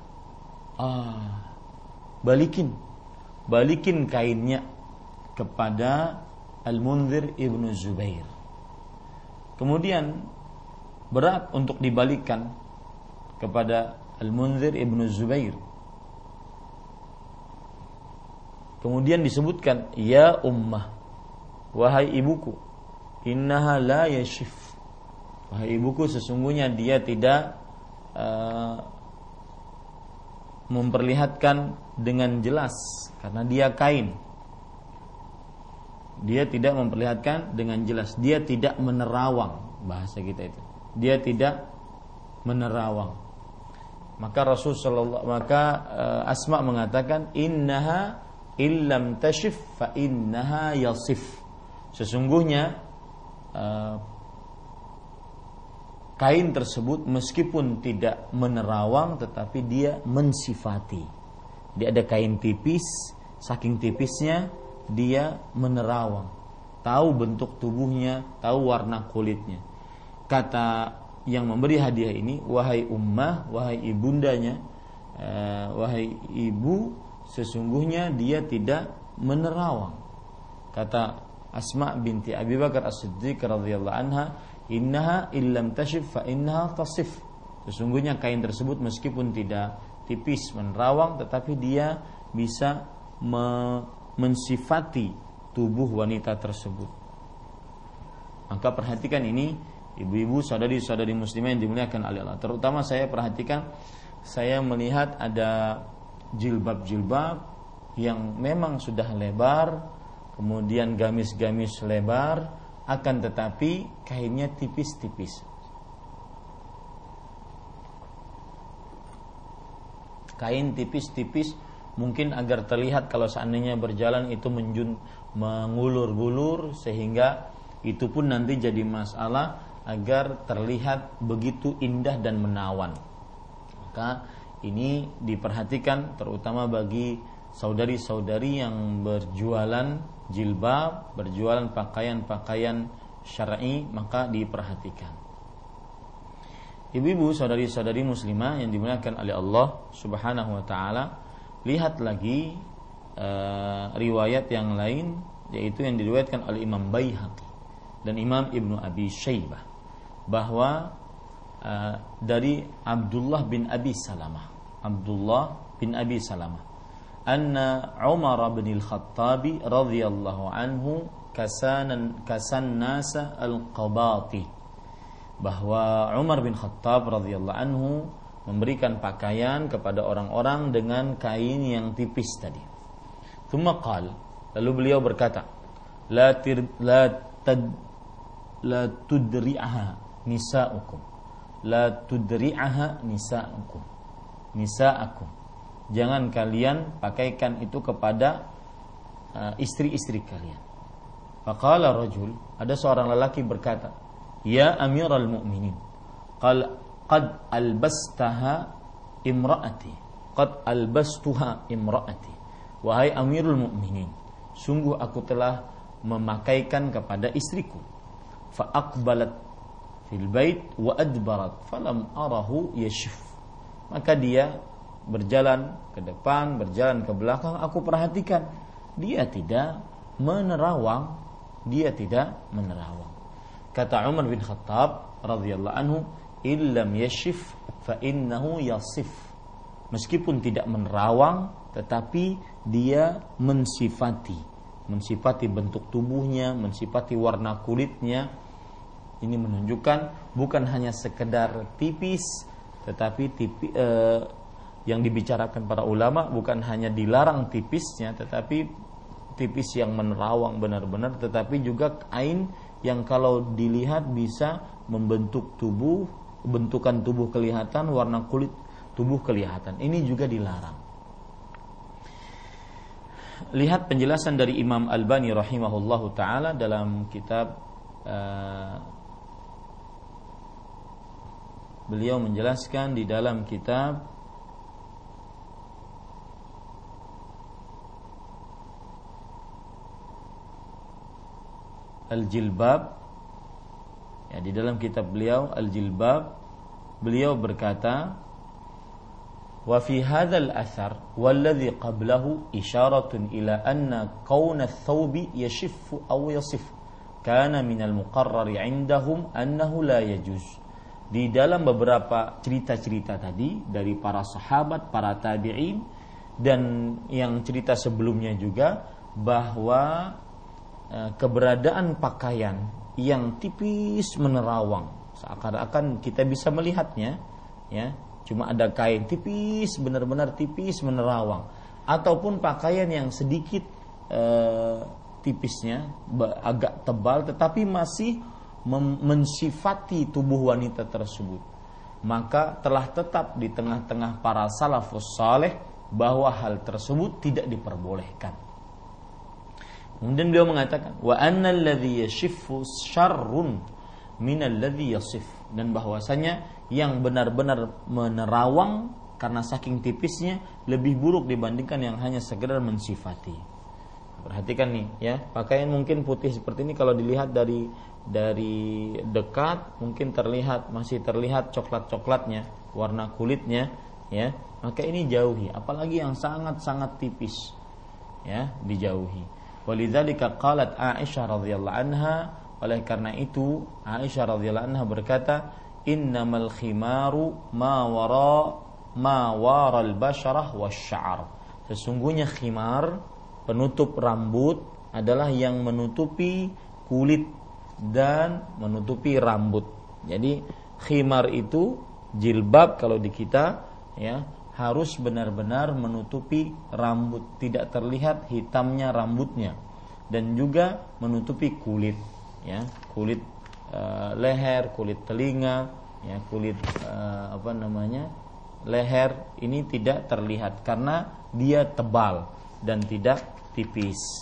A: Balikin kainnya kepada Al-Munzir ibnu Zubair. Kemudian berat untuk dibalikkan kepada Al-Munzir ibnu Zubair. Kemudian disebutkan, ya ummah, wahai ibuku, innaha la yashif. Wahai ibuku, sesungguhnya dia tidak memperlihatkan dengan jelas karena dia kain. Dia tidak memperlihatkan dengan jelas. Dia tidak menerawang, bahasa kita itu. Dia tidak menerawang. Maka Asma mengatakan, innaha illam tashif fa innaha yasif. Sesungguhnya kain tersebut meskipun tidak menerawang tetapi dia mensifati. Dia ada kain tipis, saking tipisnya dia menerawang, tahu bentuk tubuhnya, tahu warna kulitnya. Kata yang memberi hadiah ini, wahai ummah, wahai ibundanya, wahai ibu, sesungguhnya dia tidak menerawang. Kata Asma binti Abi Bakar As-Siddiq radhiyallahu anha, innaha illam tashif fa innaha tasif. Sesungguhnya kain tersebut meskipun tidak tipis menerawang tetapi dia bisa mensifati tubuh wanita tersebut. Maka perhatikan ini, ibu-ibu, saudari-saudari muslimah yang dimuliakan oleh Allah. Terutama saya perhatikan, saya melihat ada jilbab-jilbab yang memang sudah lebar, kemudian gamis-gamis lebar, akan tetapi kainnya tipis-tipis. Kain tipis-tipis mungkin agar terlihat kalau seandainya berjalan itu mengulur-gulur, sehingga itu pun nanti jadi masalah agar terlihat begitu indah dan menawan. Maka ini diperhatikan terutama bagi saudari-saudari yang berjualan jilbab, berjualan pakaian-pakaian syar'i, maka diperhatikan. Ibu-ibu, saudari-saudari muslimah yang dimuliakan oleh Allah Subhanahu wa taala, lihat lagi riwayat yang lain, yaitu yang diriwayatkan oleh Imam Baihaqi dan Imam Ibnu Abi Syaibah, bahwa dari Abdullah bin Abi Salamah anna Umar bin al-Khattab radhiyallahu anhu kasan nasa al-qabati, bahwa Umar bin Khattab radhiyallahu anhu memberikan pakaian kepada orang-orang dengan kain yang tipis tadi. Thumma qala, lalu beliau berkata, la tudri'aha nisa'ukum, la tudri'aha nisa'akum, jangan kalian pakaikan itu kepada istri-istri kalian. Faqala rajul, ada seorang lelaki berkata, ya amiral mu'minin, qad albastuha imra'ati, wahai amirul mu'minin, sungguh aku telah memakaikan kepada istriku. Fa aqbalat fil bait wa adbarat falam arahu yashif, maka dia berjalan ke depan, berjalan ke belakang, aku perhatikan dia tidak menerawang. Kata Umar bin Khattab radhiyallahu anhu, illam yashif fa innahu yasif, meskipun tidak menerawang tetapi dia mensifati bentuk tubuhnya, mensifati warna kulitnya. Ini menunjukkan bukan hanya sekedar tipis, tetapi yang dibicarakan para ulama bukan hanya dilarang tipisnya, tetapi tipis yang menerawang benar-benar, tetapi juga kain yang kalau dilihat bisa membentuk tubuh, bentukan tubuh kelihatan, warna kulit tubuh kelihatan. Ini juga dilarang. Lihat penjelasan dari Imam Albani rahimahullahu taala dalam kitab beliau menjelaskan di dalam kitab Al-Jilbab, ya, di dalam kitab beliau Al-Jilbab, beliau berkata, wa fi hadzal athar walladhi qablahu isyaratun ila anna kauna ath-thawbi yashiffu aw yasif kana min al-muqarrar 'indahum annahu la yajuz. Di dalam beberapa cerita-cerita tadi dari para sahabat, para tabi'in, dan yang cerita sebelumnya juga, bahwa keberadaan pakaian yang tipis menerawang, seakan-akan kita bisa melihatnya, ya, cuma ada kain tipis, benar-benar tipis menerawang, ataupun pakaian yang sedikit tipisnya agak tebal tetapi masih mensifati tubuh wanita tersebut, maka telah tetap di tengah-tengah para salafus saleh bahwa hal tersebut tidak diperbolehkan. Kemudian beliau mengatakan, wa annal ladzi yashiffu syarrun, minalladzi yasif, dan bahwasanya yang benar-benar menerawang karena saking tipisnya lebih buruk dibandingkan yang hanya sekedar mensifati. Perhatikan nih ya, pakaian mungkin putih seperti ini kalau dilihat dari dekat mungkin masih terlihat coklat-coklatnya, warna kulitnya ya, maka ini jauhi, apalagi yang sangat-sangat tipis ya, dijauhi. Walidzalika qalat Aisyah radhiyallahu anha, oleh karena itu Aisyah radhiyallahu anha berkata, innamal khimaru ma waral basharah wasy'ar. Sesungguhnya khimar, penutup rambut, adalah yang menutupi kulit dan menutupi rambut. Jadi khimar itu jilbab kalau di kita ya, harus benar-benar menutupi rambut, tidak terlihat hitamnya rambutnya, dan juga menutupi kulit ya, kulit leher, kulit telinga ya, kulit leher ini tidak terlihat karena dia tebal dan tidak tipis.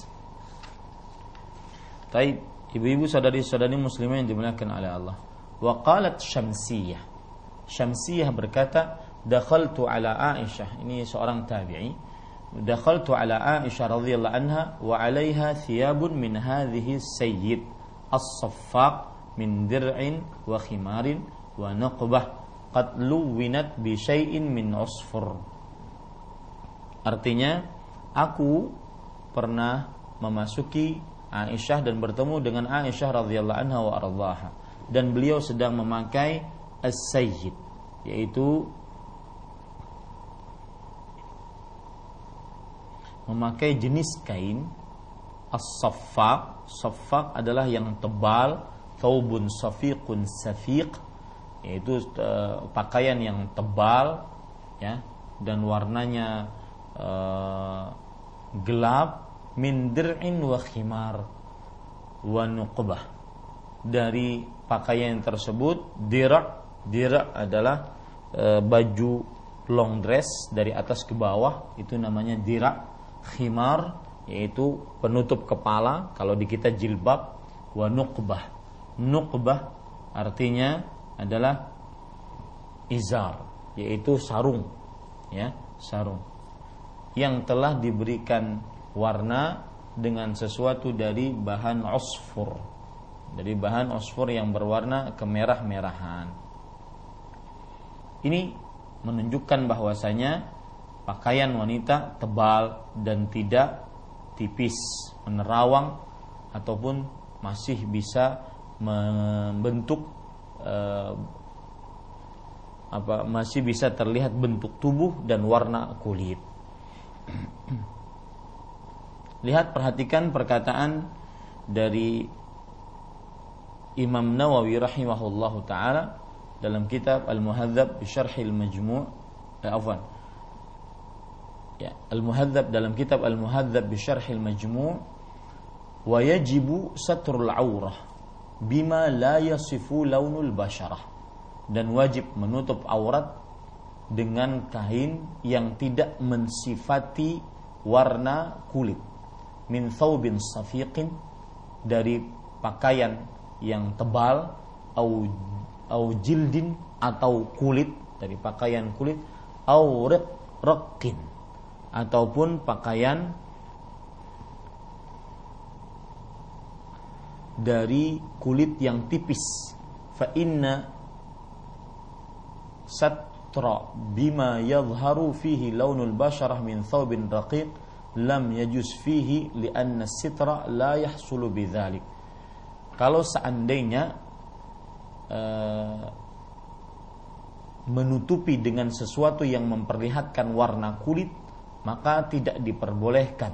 A: Taib, ibu-ibu saudari-saudari muslimah yang dimuliakan oleh Allah. Wa qalat Syamsiyah berkata, dakhaltu ala Aisyah, ini seorang tabi'i, dakhaltu ala Aisyah radhiyallahu anha wa 'alaiha thiyabun min hadhihi sayyid as-saffaq min dir'in wa khimarin wa naqbah qad luwinat bi syai'in min usfur. Artinya, aku pernah memasuki Aisyah dan bertemu dengan Aisyah radhiyallahu anha wa ardhaha, dan beliau sedang memakai as-sayyid, yaitu memakai jenis kain as-saffaq. Saffaq adalah yang tebal, thawbun safiqun safiq, yaitu pakaian yang tebal ya, dan warnanya gelap, min dir'in wa khimar wa nuqbah. Dari pakaian tersebut, dir' adalah baju long dress dari atas ke bawah, itu namanya dir'. Khimar yaitu penutup kepala, kalau di kita jilbab. Wa nuqbah artinya adalah izar, yaitu sarung ya, sarung yang telah diberikan warna dengan sesuatu dari bahan usfur, yang berwarna kemerah-merahan. Ini menunjukkan bahwasanya pakaian wanita tebal dan tidak tipis, menerawang, ataupun masih bisa membentuk masih bisa terlihat bentuk tubuh dan warna kulit. Lihat, perhatikan perkataan dari Imam Nawawi rahimahullahu taala dalam kitab Al-Muhadzab bi Syarhil Majmu', Al-Muhadzab, dalam kitab Al-Muhadzab bi Syarhil Majmu', wa yajibu satrul aurah bima la yasifu launul basharah, dan wajib menutup aurat dengan kain yang tidak mensifati warna kulit, min thawbin safiqin, dari pakaian yang tebal, au jildin, atau kulit, dari pakaian kulit, au riqqin, ataupun pakaian dari kulit yang tipis. Fa inna satra bima yadhharu fihi launul basharah min thawbin raqiq lam yajuz fihi li'anna sitra la yahsulu bidzalik. Kalau seandainya menutupi dengan sesuatu yang memperlihatkan warna kulit, maka tidak diperbolehkan.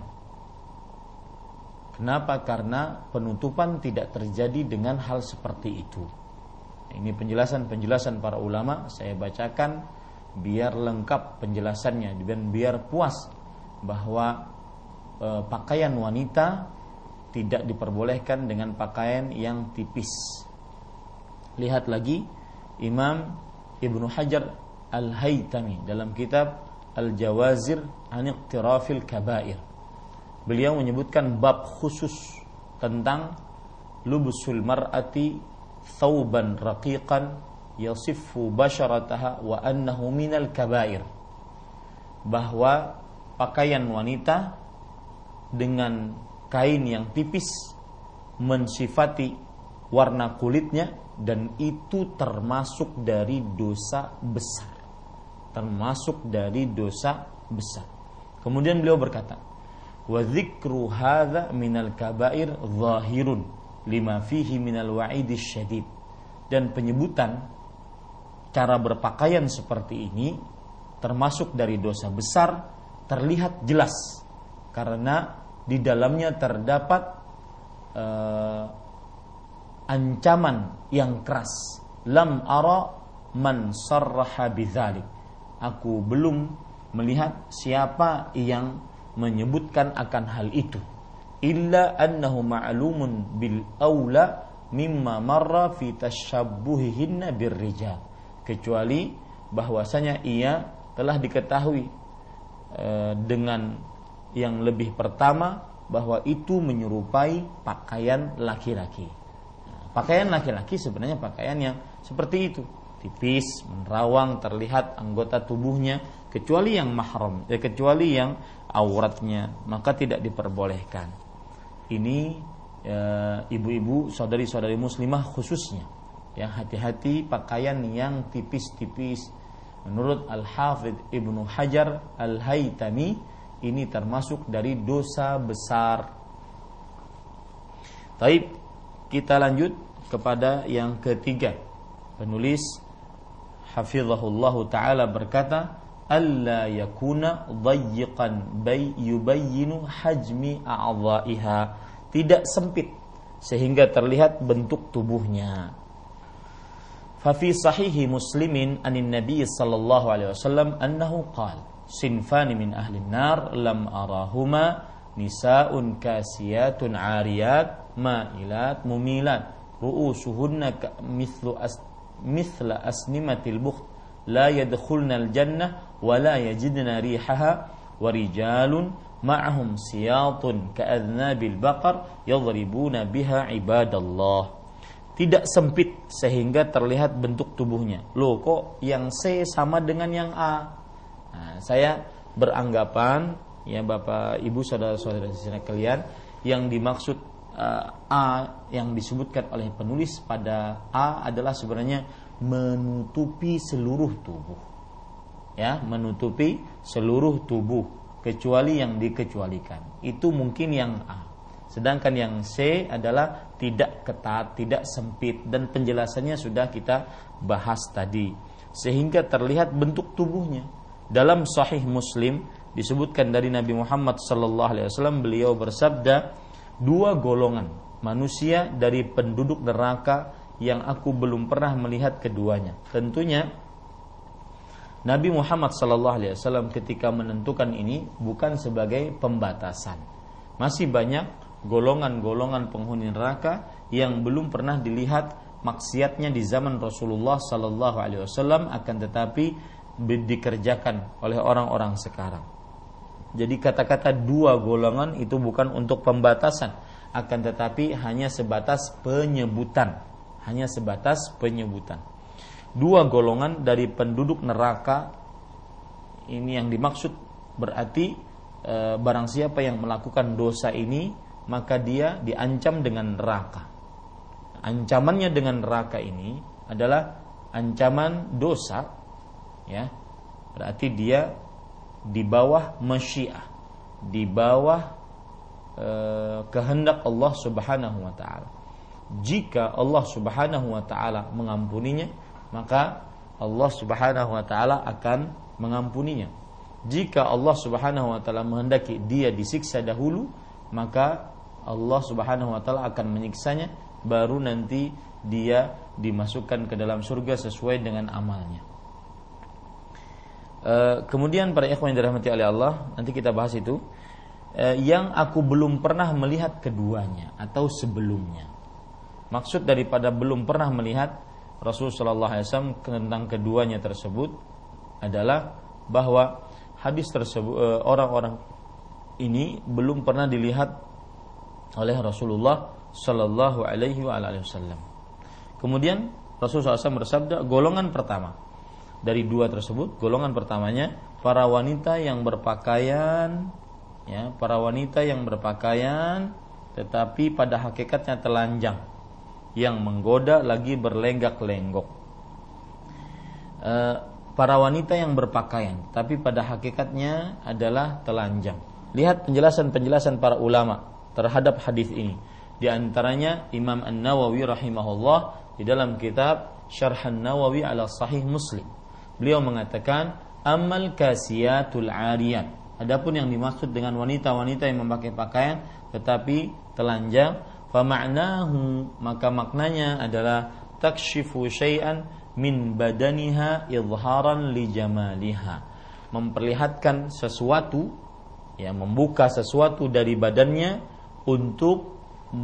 A: Kenapa? Karena penutupan tidak terjadi dengan hal seperti itu. Ini penjelasan para ulama, saya bacakan biar lengkap penjelasannya dan biar puas bahwa pakaian wanita tidak diperbolehkan dengan pakaian yang tipis. Lihat lagi Imam Ibnu Hajar Al-Haytami dalam kitab Al-Jawazir an Iqtirafil Kabair. Beliau menyebutkan bab khusus tentang lubusul mar'ati thawban raqiqan yasiffu basharataha wa annahu minal kabair, bahwa pakaian wanita dengan kain yang tipis mensifati warna kulitnya, dan itu termasuk dari dosa besar, termasuk dari dosa besar. Kemudian beliau berkata, wa dzikru hadza minal kabair zahirun lima fihi minal wa'idis syadid, dan penyebutan cara berpakaian seperti ini termasuk dari dosa besar terlihat jelas karena di dalamnya terdapat ancaman yang keras. Lam ara man sarraha bidzalik, aku belum melihat siapa yang menyebutkan akan hal itu, illa annahu ma'lumun bil aula mimma marra fi tashabbuhihinna birrijal, kecuali bahwasanya ia telah diketahui dengan yang lebih pertama bahwa itu menyerupai pakaian laki-laki. Pakaian laki-laki sebenarnya pakaian yang seperti itu, tipis, menerawang, terlihat anggota tubuhnya, kecuali yang mahram, kecuali yang auratnya, maka tidak diperbolehkan. Ini ibu-ibu, saudari-saudari muslimah khususnya, yang hati-hati pakaian yang tipis-tipis. Menurut Al-Hafidh Ibnu Hajar Al-Haytami, ini termasuk dari dosa besar. Taib, kita lanjut kepada yang ketiga. Penulis hafizahullahu ta'ala berkata, alla yakuna dayyiqan yubayyinu hajmi a'dha'iha, tidak sempit sehingga terlihat bentuk tubuhnya. Fa fi sahihi Muslimin anin Nabi sallallahu alaihi wasallam annahu qala sinfani min ahli an-nar lam arahuma nisaun kasiyatun 'ariyat ma'ilat mumilat ru'usuhunna mithla asnimatil bukht la yadkhulna al-jannah wa la yajidna rihaha wa rijalun ma'ahum siyatun ka'adnabil baqar yadribuna biha ibadallah. Tidak sempit sehingga terlihat bentuk tubuhnya. Loh, kok yang C sama dengan yang A? Nah, saya beranggapan, ya Bapak Ibu saudara-saudara sekalian, yang dimaksud A yang disebutkan oleh penulis pada A adalah sebenarnya menutupi seluruh tubuh. Ya, menutupi seluruh tubuh kecuali yang dikecualikan. Itu mungkin yang A. Sedangkan yang C adalah tidak ketat, tidak sempit, dan penjelasannya sudah kita bahas tadi. Sehingga terlihat bentuk tubuhnya. Dalam Sahih Muslim disebutkan dari Nabi Muhammad SAW, beliau bersabda, 2 golongan manusia dari penduduk neraka yang aku belum pernah melihat keduanya. Tentunya Nabi Muhammad SAW ketika menentukan ini bukan sebagai pembatasan. Masih banyak golongan-golongan penghuni neraka yang belum pernah dilihat maksiatnya di zaman Rasulullah SAW, akan tetapi dikerjakan oleh orang-orang sekarang. Jadi kata-kata 2 golongan itu bukan untuk pembatasan, akan tetapi hanya sebatas penyebutan. Hanya sebatas penyebutan. 2 golongan dari penduduk neraka ini yang dimaksud, berarti barang siapa yang melakukan dosa ini maka dia diancam dengan neraka. Ancamannya dengan neraka ini adalah ancaman dosa, ya. Berarti dia di bawah masyiah, di bawah kehendak Allah Subhanahu wa taala. Jika Allah Subhanahu wa taala mengampuninya, maka Allah Subhanahu wa taala akan mengampuninya. Jika Allah Subhanahu wa taala menghendaki dia disiksa dahulu, maka Allah Subhanahu wa taala akan menyiksanya, baru nanti dia dimasukkan ke dalam surga sesuai dengan amalnya. Kemudian para ikhwan yang dirahmati oleh Allah, nanti kita bahas itu. Yang aku belum pernah melihat keduanya atau sebelumnya. Maksud daripada belum pernah melihat Rasulullah SAW tentang keduanya tersebut adalah bahwa hadis tersebut, orang-orang ini belum pernah dilihat oleh Rasulullah Sallallahu Alaihi Wasallam. Kemudian Rasulullah SAW bersabda, golongan pertama dari dua tersebut, golongan pertamanya para wanita yang berpakaian, ya, para wanita yang berpakaian tetapi pada hakikatnya telanjang, yang menggoda lagi berlenggak-lenggok. Para wanita yang berpakaian tapi pada hakikatnya adalah telanjang. Lihat penjelasan-penjelasan para ulama terhadap hadis ini. Di antaranya Imam An-Nawawi rahimahullah di dalam kitab Syarh An-Nawawi ala Sahih Muslim. Beliau mengatakan, amal kasiyatul ariyat. Adapun yang dimaksud dengan wanita-wanita yang memakai pakaian tetapi telanjang, fa ma'nahu, maka maknanya adalah takshifu syai'an min badaniha idharan li jamaliha, memperlihatkan sesuatu, ya, membuka sesuatu dari badannya untuk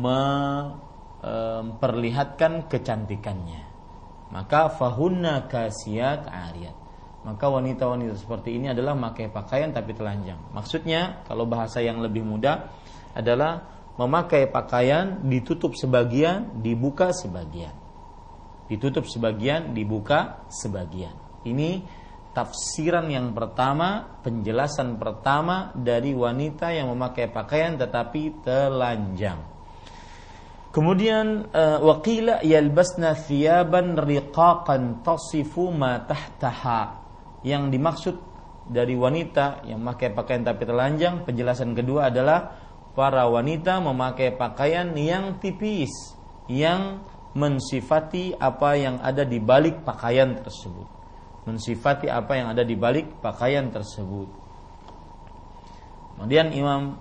A: memperlihatkan kecantikannya. Maka fahunna kasiyat ariyat, maka wanita-wanita seperti ini adalah memakai pakaian tapi telanjang. Maksudnya kalau bahasa yang lebih mudah adalah memakai pakaian ditutup sebagian, dibuka sebagian. Ditutup sebagian, dibuka sebagian. Ini tafsiran yang pertama, penjelasan pertama dari wanita yang memakai pakaian tetapi telanjang. Kemudian waqila yalbasna thiyaban riqaqan tasifu ma tahtaha. Yang dimaksud dari wanita yang memakai pakaian tapi telanjang, penjelasan kedua adalah para wanita memakai pakaian yang tipis, yang mensifati apa yang ada di balik pakaian tersebut. Mensifati apa yang ada di balik pakaian tersebut. Kemudian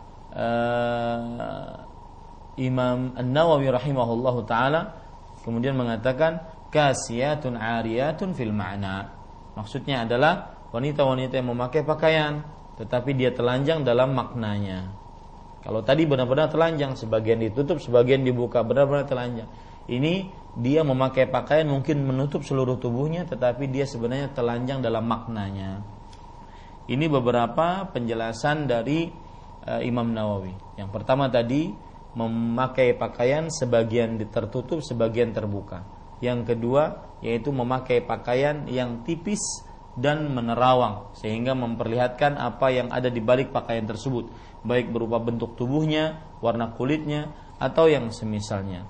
A: Imam An-Nawawi rahimahullahu taala kemudian mengatakan kasiyatun ariyatun fil ma'na. Maksudnya adalah wanita-wanita yang memakai pakaian tetapi dia telanjang dalam maknanya. Kalau tadi benar-benar telanjang, sebagian ditutup, sebagian dibuka, benar-benar telanjang. Ini dia memakai pakaian mungkin menutup seluruh tubuhnya tetapi dia sebenarnya telanjang dalam maknanya. Ini beberapa penjelasan dari Imam Nawawi. Yang pertama tadi memakai pakaian sebagian tertutup, sebagian terbuka. Yang kedua yaitu memakai pakaian yang tipis dan menerawang sehingga memperlihatkan apa yang ada di balik pakaian tersebut, baik berupa bentuk tubuhnya, warna kulitnya, atau yang semisalnya.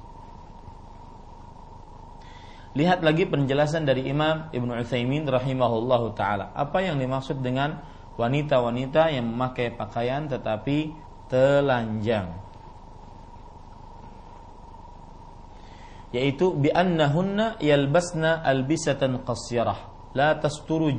A: Lihat lagi penjelasan dari Imam Ibnu Utsaimin rahimahullahu taala. Apa yang dimaksud dengan wanita-wanita yang memakai pakaian tetapi telanjang? Yaitu bi annahunna yalbasna albisatan qasirah la tasturu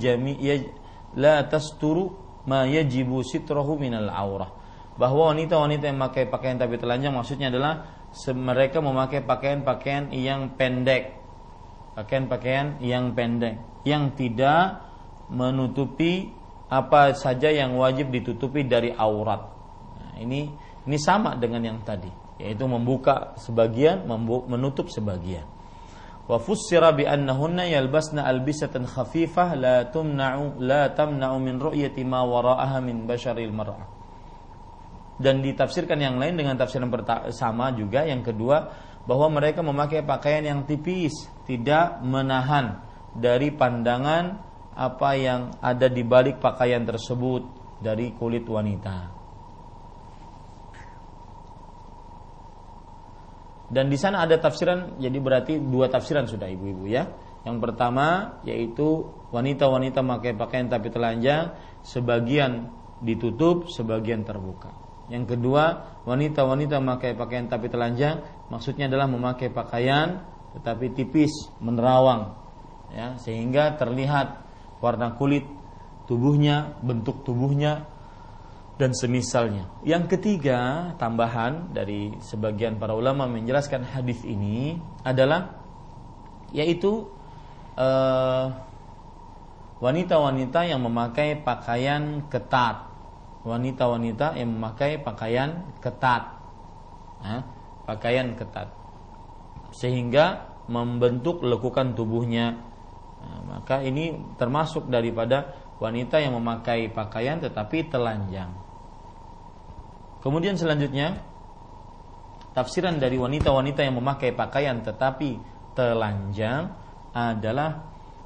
A: ma yajibu sitrahu minal aurah. Bahwa wanita-wanita yang memakai pakaian tapi telanjang maksudnya adalah mereka memakai pakaian-pakaian yang pendek. Pakaian-pakaian yang pendek yang tidak menutupi apa saja yang wajib ditutupi dari aurat. Nah, ini sama dengan yang tadi, yaitu membuka sebagian, menutup sebagian. Wa fussira bi annahunna yalbasna albisatan khafifah la tamna'u min ru'yati ma wara'aha min basharil mar'ah. Dan ditafsirkan yang lain dengan tafsiran sama juga, yang kedua, bahwa mereka memakai pakaian yang tipis, tidak menahan dari pandangan apa yang ada di balik pakaian tersebut dari kulit wanita. Dan di sana ada tafsiran, jadi berarti dua tafsiran sudah ibu-ibu ya. Yang pertama yaitu wanita-wanita memakai pakaian tapi telanjang, sebagian ditutup, sebagian terbuka. Yang kedua, wanita-wanita memakai pakaian tapi telanjang, maksudnya adalah memakai pakaian tetapi tipis, menerawang, ya, sehingga terlihat warna kulit tubuhnya, bentuk tubuhnya, dan semisalnya. Yang ketiga, tambahan dari sebagian para ulama menjelaskan hadis ini adalah yaitu wanita-wanita yang memakai pakaian ketat. Wanita-wanita yang memakai pakaian ketat, pakaian ketat, sehingga membentuk lekukan tubuhnya. Maka ini termasuk daripada wanita yang memakai pakaian tetapi telanjang. Kemudian selanjutnya, tafsiran dari wanita-wanita yang memakai pakaian tetapi telanjang adalah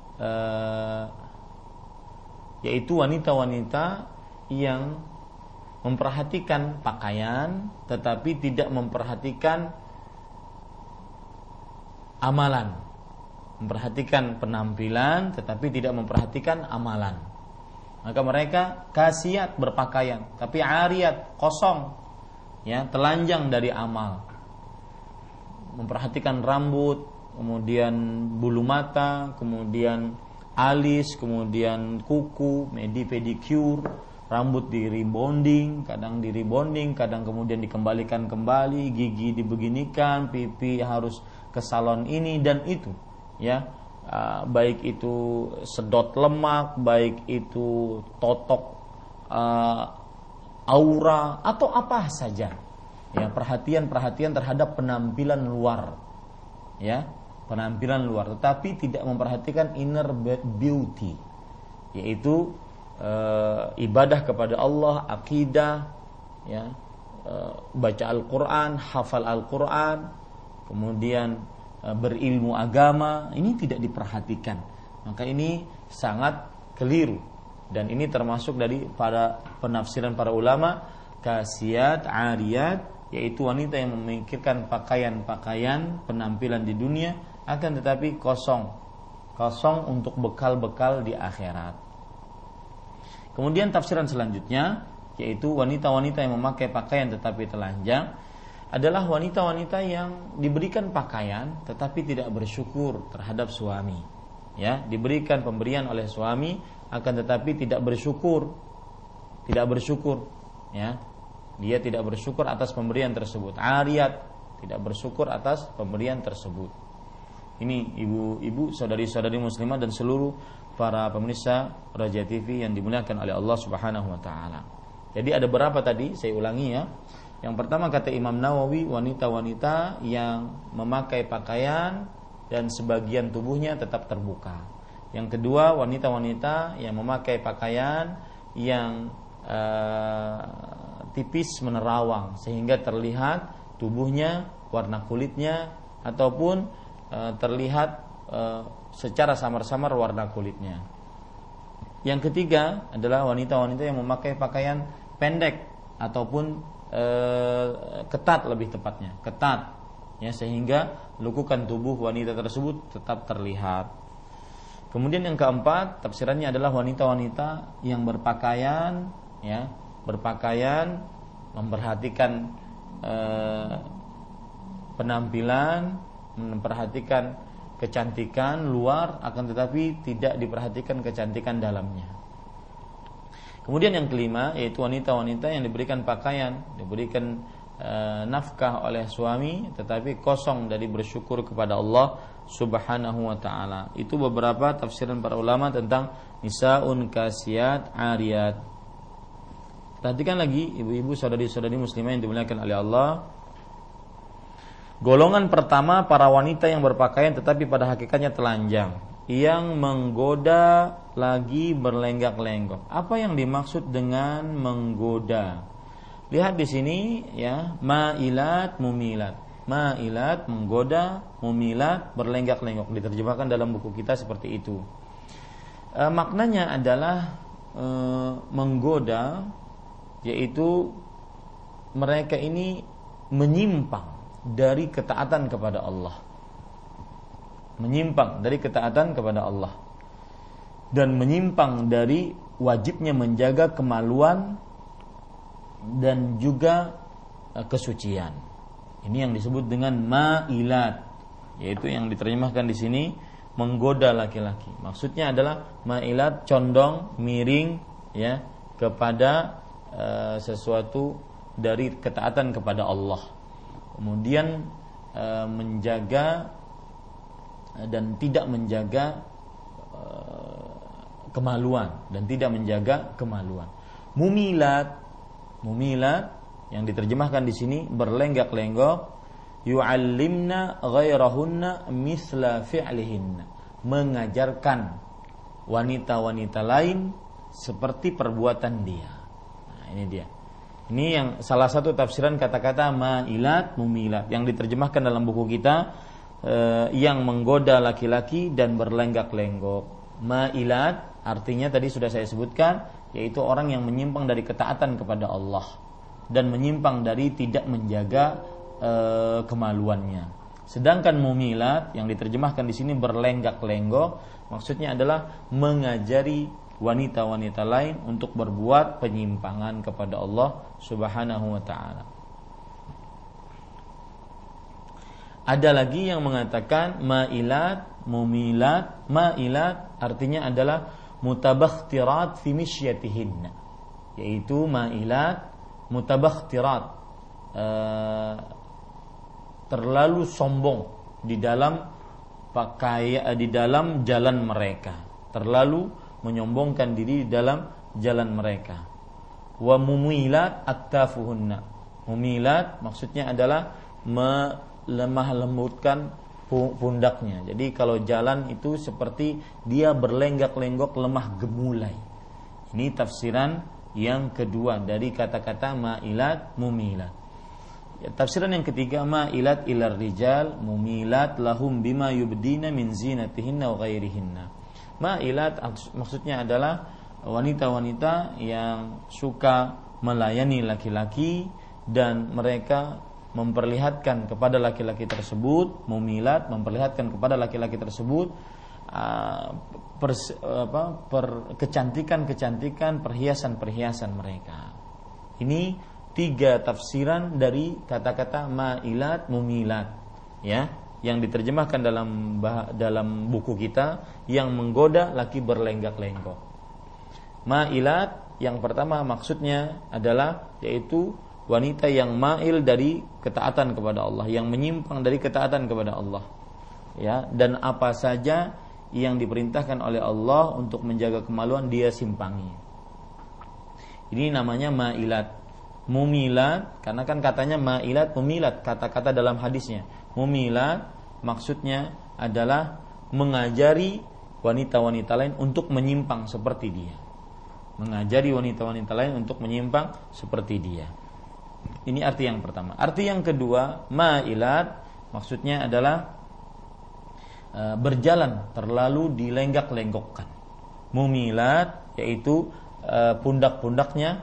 A: yaitu wanita-wanita yang memperhatikan pakaian tetapi tidak memperhatikan amalan, memperhatikan penampilan tetapi tidak memperhatikan amalan. Maka mereka kasiat berpakaian tapi ariyat, kosong, ya, telanjang dari amal. Memperhatikan rambut, kemudian bulu mata, kemudian alis, kemudian kuku, pedicure, rambut di rebonding, kadang kemudian dikembalikan kembali, gigi dibeginikan, pipi harus ke salon ini dan itu, ya. Baik itu sedot lemak, baik itu totok aura atau apa saja, ya, perhatian terhadap penampilan luar, ya, penampilan luar, tetapi tidak memperhatikan inner beauty, yaitu ibadah kepada Allah, akidah, ya, baca Al-Quran, hafal Al-Quran, kemudian berilmu agama, ini tidak diperhatikan. Maka ini sangat keliru dan ini termasuk dari para penafsiran para ulama, kasiyat, ariyat, yaitu wanita yang memikirkan pakaian-pakaian penampilan di dunia akan tetapi kosong untuk bekal-bekal di akhirat. Kemudian tafsiran selanjutnya yaitu wanita-wanita yang memakai pakaian tetapi telanjang adalah wanita-wanita yang diberikan pakaian tetapi tidak bersyukur terhadap suami, ya, diberikan pemberian oleh suami akan tetapi tidak bersyukur, ya, dia tidak bersyukur atas pemberian tersebut, ariyat, tidak bersyukur atas pemberian tersebut. Ini ibu-ibu, saudari-saudari muslimah dan seluruh para pemirsa Raja TV yang dimuliakan oleh Allah Subhanahu wa taala. Jadi ada berapa tadi? Saya ulangi, ya. Yang pertama kata Imam Nawawi, wanita-wanita yang memakai pakaian dan sebagian tubuhnya tetap terbuka. Yang kedua, wanita-wanita yang memakai pakaian yang tipis menerawang sehingga terlihat tubuhnya, warna kulitnya, ataupun terlihat secara samar-samar warna kulitnya. Yang ketiga adalah wanita-wanita yang memakai pakaian pendek ataupun ketat, lebih tepatnya ketat, ya, sehingga lekukan tubuh wanita tersebut tetap terlihat. Kemudian yang keempat tafsirannya adalah wanita-wanita yang berpakaian, ya, berpakaian memperhatikan penampilan, memperhatikan kecantikan luar akan tetapi tidak diperhatikan kecantikan dalamnya. Kemudian yang kelima yaitu wanita-wanita yang diberikan pakaian, diberikan nafkah oleh suami tetapi kosong dari bersyukur kepada Allah Subhanahu wa taala. Itu beberapa tafsiran para ulama tentang nisaun kasiyat ariyat. Perhatikan lagi ibu-ibu, saudari-saudari muslimah yang dimuliakan oleh Allah. Golongan pertama para wanita yang berpakaian tetapi pada hakikatnya telanjang, yang menggoda lagi berlenggak-lenggok. Apa yang dimaksud dengan menggoda? Lihat di sini, ya, ma'ilat, mumilat. Ma'ilat menggoda, mumilat berlenggak-lenggok. Diterjemahkan dalam buku kita seperti itu. Maknanya adalah menggoda, yaitu mereka ini menyimpang dari ketaatan kepada Allah. Menyimpang dari ketaatan kepada Allah dan menyimpang dari wajibnya menjaga kemaluan dan juga kesucian. Ini yang disebut dengan ma'ilat, yaitu yang diterjemahkan di sini menggoda laki-laki. Maksudnya adalah ma'ilat, condong, miring, ya, kepada sesuatu dari ketaatan kepada Allah. Kemudian menjaga dan tidak menjaga kemaluan dan tidak menjaga kemaluan. Mumilat yang diterjemahkan di sini berlenggak-lenggok, yu'allimna ghairahunna misla fi'lihinna, mengajarkan wanita-wanita lain seperti perbuatan dia. Nah, ini dia. Ini yang salah satu tafsiran kata-kata ma'ilat, mumilat yang diterjemahkan dalam buku kita yang menggoda laki-laki dan berlenggak-lenggok. Ma'ilat artinya tadi sudah saya sebutkan, yaitu orang yang menyimpang dari ketaatan kepada Allah dan menyimpang dari tidak menjaga kemaluannya. Sedangkan mumilat yang diterjemahkan di sini berlenggak-lenggok, maksudnya adalah mengajari wanita-wanita lain untuk berbuat penyimpangan kepada Allah Subhanahu wa taala. Ada lagi yang mengatakan ma'ilat, mumilat. Ma'ilat artinya adalah mutabakhtirat fi misyatihinna, yaitu ma'ilat mutabakhtirat, terlalu sombong di dalam di dalam jalan mereka, terlalu menyombongkan diri di dalam jalan mereka. Wa mumilat attafuhunna. Mumilat maksudnya adalah lemah lembutkan pundaknya. Jadi kalau jalan itu seperti dia berlenggak-lenggok, lemah gemulai. Ini tafsiran yang kedua dari kata-kata ma'ilat, mumilat. Ya, tafsiran yang ketiga, ma'ilat ilar rijal, mumilat lahum bima yubdina min zinatihinna wa ghairihinna. Ma'ilat maksudnya adalah wanita-wanita yang suka melayani laki-laki dan mereka memperlihatkan kepada laki-laki tersebut, mumilat memperlihatkan kepada laki-laki tersebut kecantikan-kecantikan, perhiasan-perhiasan mereka. Ini 3 tafsiran dari kata-kata ma'ilat, mumilat, ya, yang diterjemahkan dalam buku kita, yang menggoda laki berlenggak-lenggok. Ma'ilat yang pertama maksudnya adalah yaitu wanita yang ma'il dari ketaatan kepada Allah, yang menyimpang dari ketaatan kepada Allah, ya, dan apa saja yang diperintahkan oleh Allah untuk menjaga kemaluan dia simpangi. Ini namanya ma'ilat. Mumilat, karena kan katanya ma'ilat, mumilat, kata-kata dalam hadisnya. Mumilat maksudnya adalah mengajari wanita-wanita lain untuk menyimpang seperti dia. Mengajari wanita-wanita lain untuk menyimpang seperti dia. Ini arti yang pertama. Arti yang kedua, ma'ilat maksudnya adalah berjalan terlalu dilenggak-lenggokkan. Mumilat yaitu pundak-pundaknya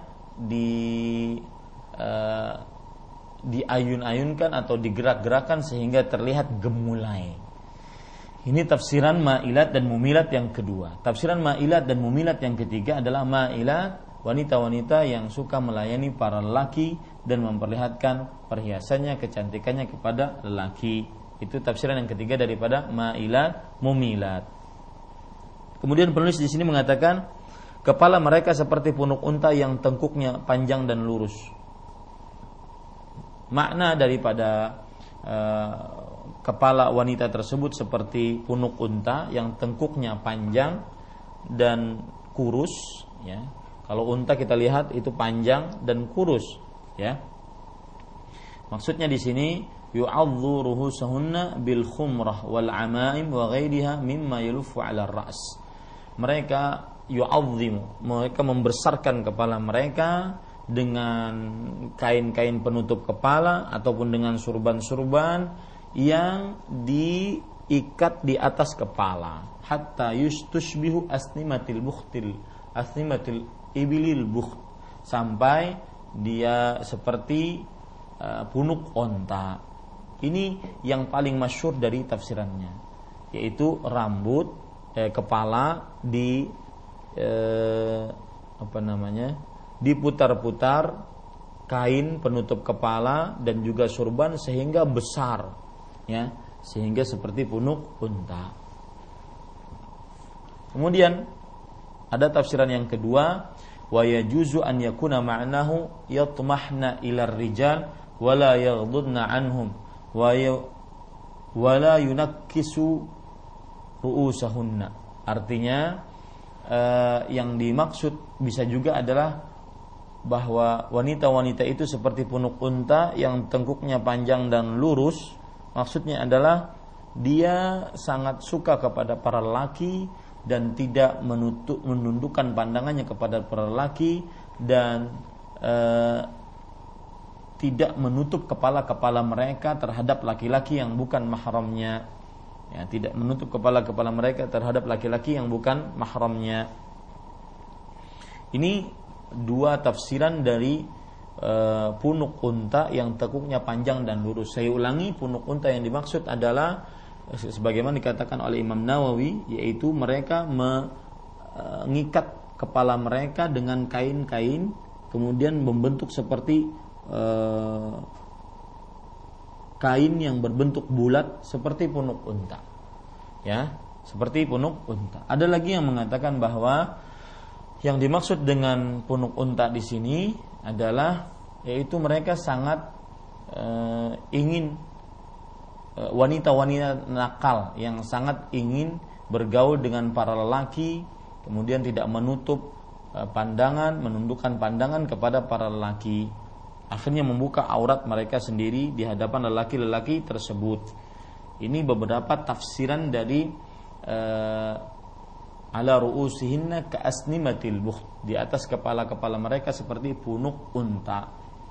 A: diayun-ayunkan atau digerak-gerakkan sehingga terlihat gemulai. Ini tafsiran ma'ilat dan mumilat yang kedua. Tafsiran ma'ilat dan mumilat yang ketiga adalah ma'ilat, wanita-wanita yang suka melayani para lelaki dan memperlihatkan perhiasannya, kecantikannya kepada lelaki. Itu tafsiran yang ketiga daripada ma'ilat, mumilat. Kemudian penulis di sini mengatakan kepala mereka seperti punuk unta yang tengkuknya panjang dan lurus. Makna daripada kepala wanita tersebut seperti punuk unta yang tengkuknya panjang dan kurus, ya. Kalau unta kita lihat itu panjang dan kurus, ya. Maksudnya di sini yu'adhdhu ruhusahunna bil khumrah wal amaim wa ghairiha mimma yalufu 'ala ar-ra's. Mereka yu'adhimu, mereka membesarkan kepala mereka dengan kain-kain penutup kepala ataupun dengan surban-surban yang diikat di atas kepala, hatta yustushbihu asnimatil ibilil bukht, sampai dia seperti punuk onta. Ini yang paling masyhur dari tafsirannya, yaitu rambut kepala diputar-putar kain penutup kepala dan juga surban sehingga besar, ya, sehingga seperti punuk unta. Kemudian ada tafsiran yang kedua, wa yajuzu an yakuna ma'nahu yatmahna ilar rijal wa la yaghdudna anhum wa la yunakkisu ru'usahunna. Artinya yang dimaksud bisa juga adalah bahwa wanita-wanita itu seperti punuk unta yang tengkuknya panjang dan lurus. Maksudnya adalah dia sangat suka kepada para lelaki dan tidak menundukkan pandangannya kepada para lelaki dan tidak menutup kepala-kepala mereka terhadap laki-laki yang bukan mahramnya. Ya, tidak menutup kepala-kepala mereka terhadap laki-laki yang bukan mahramnya. Ini dua tafsiran dari punuk unta yang tekuknya panjang dan lurus. Saya ulangi, punuk unta yang dimaksud adalah sebagaimana dikatakan oleh Imam Nawawi, yaitu mereka mengikat kepala mereka dengan kain-kain, kemudian membentuk seperti kain yang berbentuk bulat seperti punuk unta. Ya, seperti punuk unta. Ada lagi yang mengatakan bahwa yang dimaksud dengan punuk unta di sini adalah yaitu mereka sangat ingin wanita-wanita nakal yang sangat ingin bergaul dengan para lelaki, kemudian tidak menutup pandangan, menundukkan pandangan kepada para lelaki, akhirnya membuka aurat mereka sendiri di hadapan lelaki-lelaki tersebut. Ini beberapa tafsiran dari ala ru'usihinna ka'asnimatil bukht, di atas kepala-kepala mereka seperti punuk unta.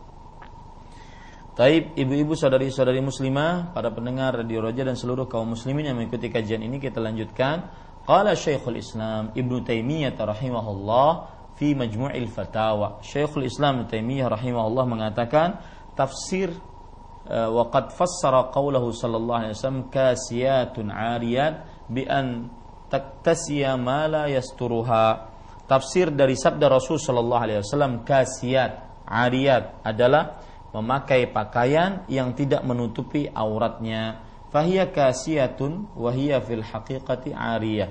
A: Taib, ibu-ibu, saudari-saudari muslimah, para pendengar Radio Roja dan seluruh kaum muslimin yang mengikuti kajian ini, kita lanjutkan. Qala Syekhul Islam Ibnu Taimiyah rahimahullah fi Majmu'il Fatawa. Syekhul Islam Ibnu Taimiyah rahimahullah mengatakan tafsir wa qad fassara qawlahu sallallahu alaihi wasallam kasiyatun 'ariyat bi an taktasiya ma la yasturuha. Tafsir dari sabda Rasul sallallahu alaihi wasallam kasiyat 'ariyat adalah memakai pakaian yang tidak menutupi auratnya. Fahiya kasiyatun wa hiya fil haqiqati 'ariyah.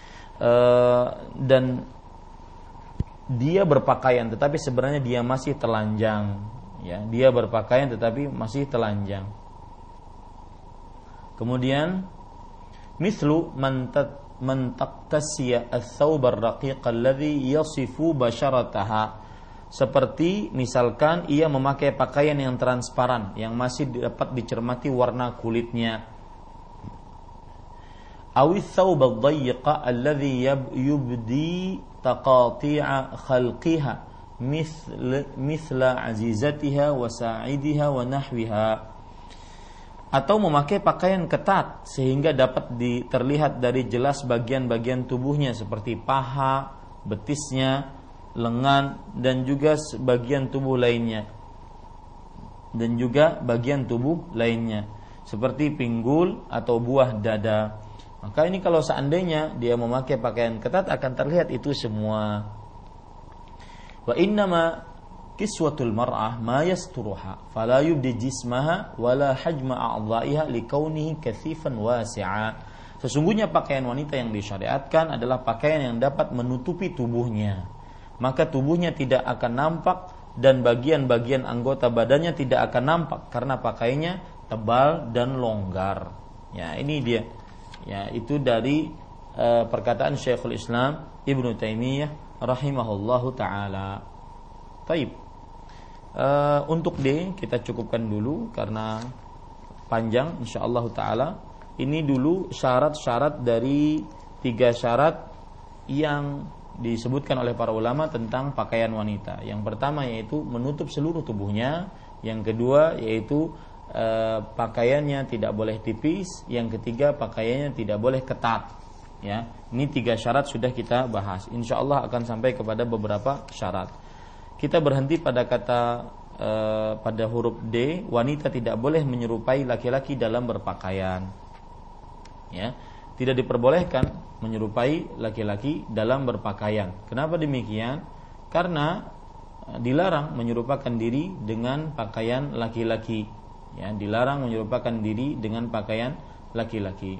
A: Dan dia berpakaian tetapi sebenarnya dia masih telanjang. Ya, dia berpakaian tetapi masih telanjang. Kemudian mislu man taqtasiya ats-tsawb ar-raqiq alladhi yasifu basharataha. Seperti misalkan ia memakai pakaian yang transparan yang masih dapat dicermati warna kulitnya. Awits thawb ad-dayyiqa alladhi yubdi taqati'a khalqiha mithla azizatiha wa sa'idiha wa nahwiha. Atau memakai pakaian ketat sehingga dapat terlihat dari jelas bagian-bagian tubuhnya seperti paha, betisnya, lengan dan juga bagian tubuh lainnya. Dan juga bagian tubuh lainnya seperti pinggul atau buah dada. Maka ini kalau seandainya dia memakai pakaian ketat akan terlihat itu semua. Wa innama kiswatul mar'ah ma yasturuha fala yubdi jismaha wala hajma a'dha'iha likaunihi kathifan wasi'a. Sesungguhnya pakaian wanita yang disyariatkan adalah pakaian yang dapat menutupi tubuhnya. Maka tubuhnya tidak akan nampak dan bagian-bagian anggota badannya tidak akan nampak karena pakaiannya tebal dan longgar. Ya, ini dia. Ya, itu dari perkataan Syekhul Islam Ibnu Taimiyah rahimahullahu taala. Taib. Untuk D kita cukupkan dulu karena panjang insyaallah taala. Ini dulu syarat-syarat dari 3 syarat yang disebutkan oleh para ulama tentang pakaian wanita. Yang pertama yaitu menutup seluruh tubuhnya. Yang kedua yaitu pakaiannya tidak boleh tipis. Yang ketiga pakaiannya tidak boleh ketat. Ya, ini 3 syarat sudah kita bahas. Insyaallah akan sampai kepada beberapa syarat. Kita berhenti pada kata pada huruf D. Wanita tidak boleh menyerupai laki-laki dalam berpakaian. Ya, tidak diperbolehkan menyerupai laki-laki dalam berpakaian. Kenapa demikian? Karena dilarang menyerupakan diri dengan pakaian laki-laki. Ya, dilarang menyerupakan diri dengan pakaian laki-laki.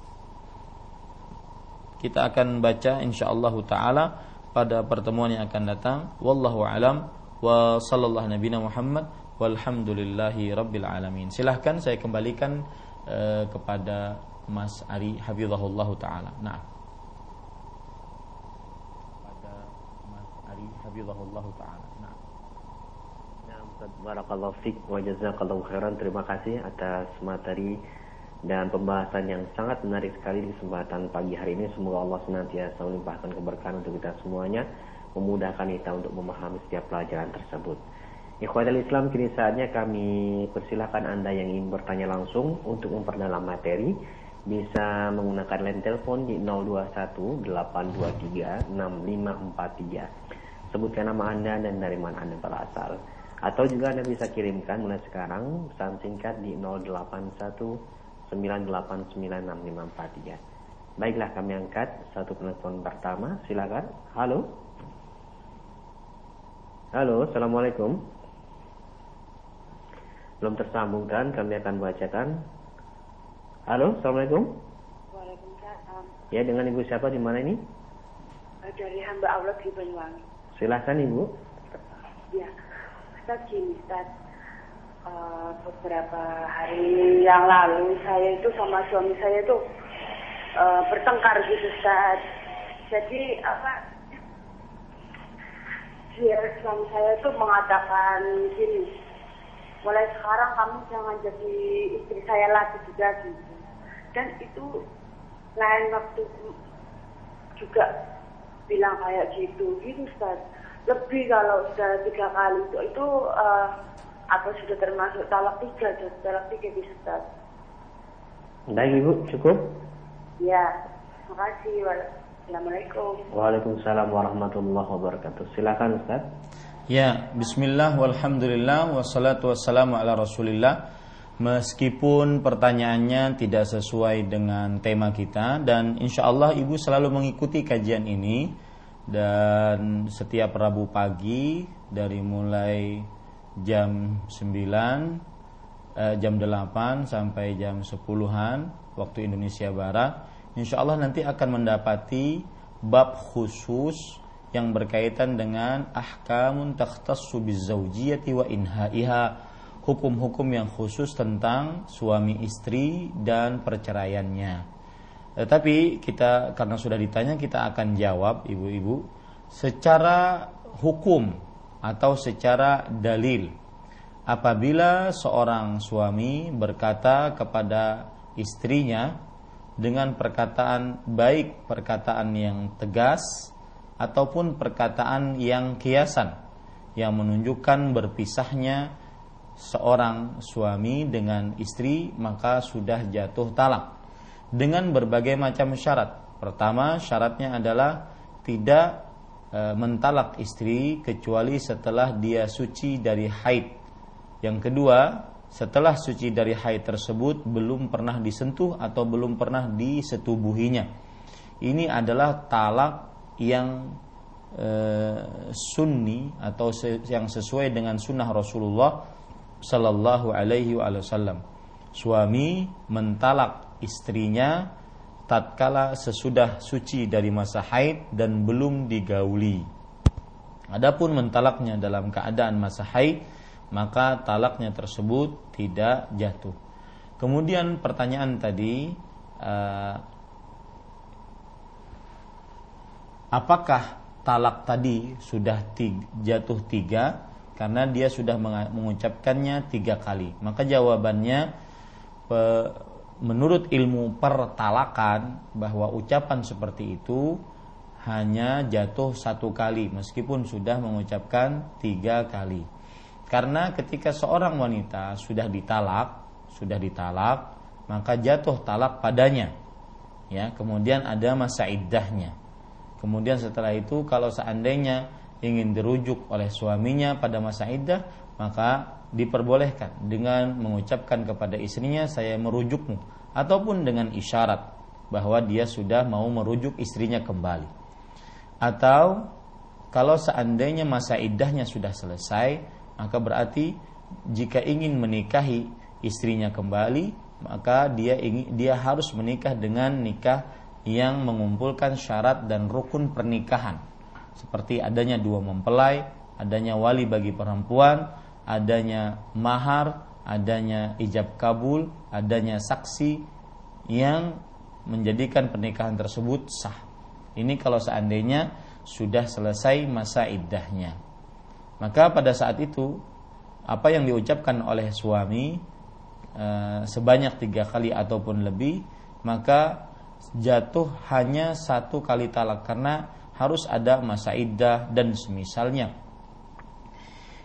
A: Kita akan baca insyaallah taala pada pertemuan yang akan datang. Wallahu alam wa sallallahu nabiyana Muhammad walhamdulillahi rabbil alamin. Silahkan saya kembalikan kepada Mas Ari hafizahullah taala. Nah. Pada Mas Ari hafizahullah taala. Nah.
C: Barakallahu fiik wa jazakallahu khairan. Terima kasih atas materi dan pembahasan yang sangat menarik sekali di kesempatan pagi hari ini. Semoga Allah senantiasa melimpahkan keberkahan untuk kita semuanya, memudahkan kita untuk memahami setiap pelajaran tersebut. Ikhwatul Islam, kini saatnya kami persilahkan Anda yang ingin bertanya langsung untuk memperdalam materi bisa menggunakan line telepon di 0218236543. Sebutkan nama Anda dan dari mana Anda berasal. Atau juga Anda bisa kirimkan mulai sekarang pesan singkat di 0819896543. Baiklah, kami angkat satu penelpon pertama. Silakan. Halo. Halo, assalamualaikum. Belum tersambung kan? Kami akan bacakan. Halo, assalamualaikum.
D: Waalaikumsalam.
C: Ya, dengan Ibu siapa di mana ini?
D: Dari hamba Allah di Banyuwangi.
C: Silahkan Ibu.
D: Ya, Ustaz gini Ustaz, beberapa hari yang lalu saya itu sama suami saya itu bertengkar gitu Ustaz. Jadi suami saya itu mengatakan gini, mulai sekarang kamu jangan jadi istri saya lagi juga gitu. Dan itu lain waktu juga bilang kayak gitu Ustaz. Lebih kalau sudah 3 kali itu apa sudah termasuk talak 3 gitu Ustaz.
C: Baik Ibu, cukup?
D: Ya, makasih. Assalamualaikum.
C: Waalaikumsalam warahmatullahi wabarakatuh. Silakan Ustaz.
A: Ya, bismillah walhamdulillah wassalatu wassalamu ala rasulillah. Meskipun pertanyaannya tidak sesuai dengan tema kita, dan insya Allah Ibu selalu mengikuti kajian ini, dan setiap Rabu pagi dari mulai jam 9 jam 8 sampai jam 10-an waktu Indonesia Barat, insya Allah nanti akan mendapati bab khusus yang berkaitan dengan ahkamun takhtassu bizaujiyati wa inhaiha, hukum-hukum yang khusus tentang suami istri dan perceraiannya. Tapi kita karena sudah ditanya, kita akan jawab ibu-ibu secara hukum atau secara dalil. Apabila seorang suami berkata kepada istrinya dengan perkataan baik perkataan yang tegas ataupun perkataan yang kiasan yang menunjukkan berpisahnya seorang suami dengan istri, maka sudah jatuh talak dengan berbagai macam syarat. Pertama, syaratnya adalah tidak mentalak istri kecuali setelah dia suci dari haid. Yang kedua, setelah suci dari haid tersebut belum pernah disentuh atau belum pernah disetubuhinya. Ini adalah talak yang sunni atau yang sesuai dengan sunnah Rasulullah Sallallahu Alaihi Wasallam. Suami mentalak istrinya tatkala sesudah suci dari masa haid dan belum digauli. Adapun mentalaknya dalam keadaan masa haid, maka talaknya tersebut tidak jatuh. Kemudian pertanyaan tadi, apakah talak tadi sudah jatuh 3 karena dia sudah mengucapkannya 3 kali? Maka jawabannya, menurut ilmu pertalakan, bahwa ucapan seperti itu hanya jatuh 1 kali meskipun sudah mengucapkan 3 kali. Karena ketika seorang wanita sudah ditalak, maka jatuh talak padanya. Ya, kemudian ada masa iddahnya. Kemudian setelah itu kalau seandainya ingin dirujuk oleh suaminya pada masa iddah, maka diperbolehkan dengan mengucapkan kepada istrinya, saya merujukmu, ataupun dengan isyarat bahwa dia sudah mau merujuk istrinya kembali. Atau kalau seandainya masa iddahnya sudah selesai, maka berarti jika ingin menikahi istrinya kembali, maka dia harus menikah dengan nikah yang mengumpulkan syarat dan rukun pernikahan, seperti adanya 2 mempelai, adanya wali bagi perempuan, adanya mahar, adanya ijab kabul, adanya saksi yang menjadikan pernikahan tersebut sah. Ini kalau seandainya sudah selesai masa iddahnya. Maka pada saat itu apa yang diucapkan oleh suami sebanyak 3 kali ataupun lebih, maka jatuh hanya 1 kali talak karena harus ada masa iddah dan semisalnya.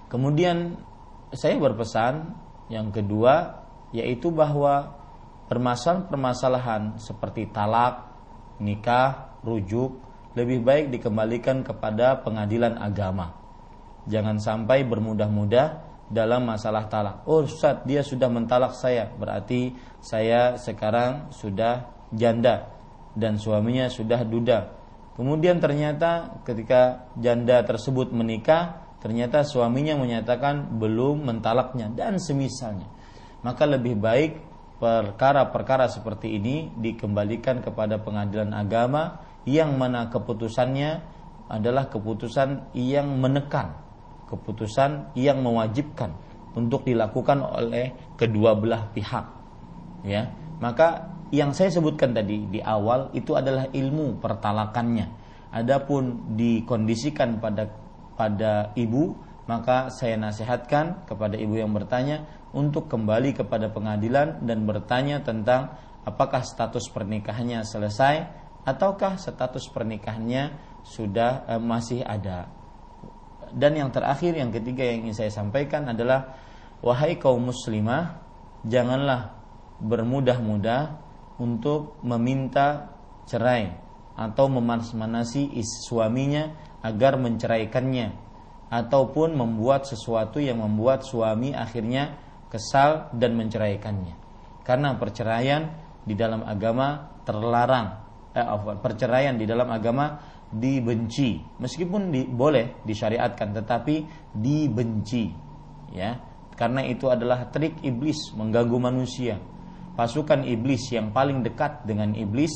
A: Kemudian saya berpesan yang kedua, yaitu bahwa permasalahan-permasalahan seperti talak, nikah, rujuk lebih baik dikembalikan kepada pengadilan agama. Jangan sampai bermudah-mudah dalam masalah talak. Oh Ustaz, dia sudah mentalak saya, berarti saya sekarang sudah janda dan suaminya sudah duda. Kemudian ternyata ketika janda tersebut menikah, ternyata suaminya menyatakan belum mentalaknya dan semisalnya. Maka lebih baik perkara-perkara seperti ini dikembalikan kepada pengadilan agama, yang mana keputusannya adalah keputusan yang menekan, keputusan yang mewajibkan untuk dilakukan oleh kedua belah pihak. Ya, maka yang saya sebutkan tadi di awal itu adalah ilmu pertalakannya. Adapun dikondisikan pada ibu, maka saya nasihatkan kepada ibu yang bertanya untuk kembali kepada pengadilan dan bertanya tentang apakah status pernikahannya selesai ataukah status pernikahannya sudah masih ada. Dan yang terakhir, yang ketiga yang ingin saya sampaikan adalah, wahai kaum muslimah, janganlah bermudah-mudah untuk meminta cerai atau memanas-manasi suaminya agar menceraikannya, ataupun membuat sesuatu yang membuat suami akhirnya kesal dan menceraikannya. Karena perceraian di dalam agama terlarang. Perceraian di dalam agama dibenci, meskipun boleh disyariatkan, tetapi dibenci, ya, karena itu adalah trik iblis mengganggu manusia. Pasukan iblis yang paling dekat dengan iblis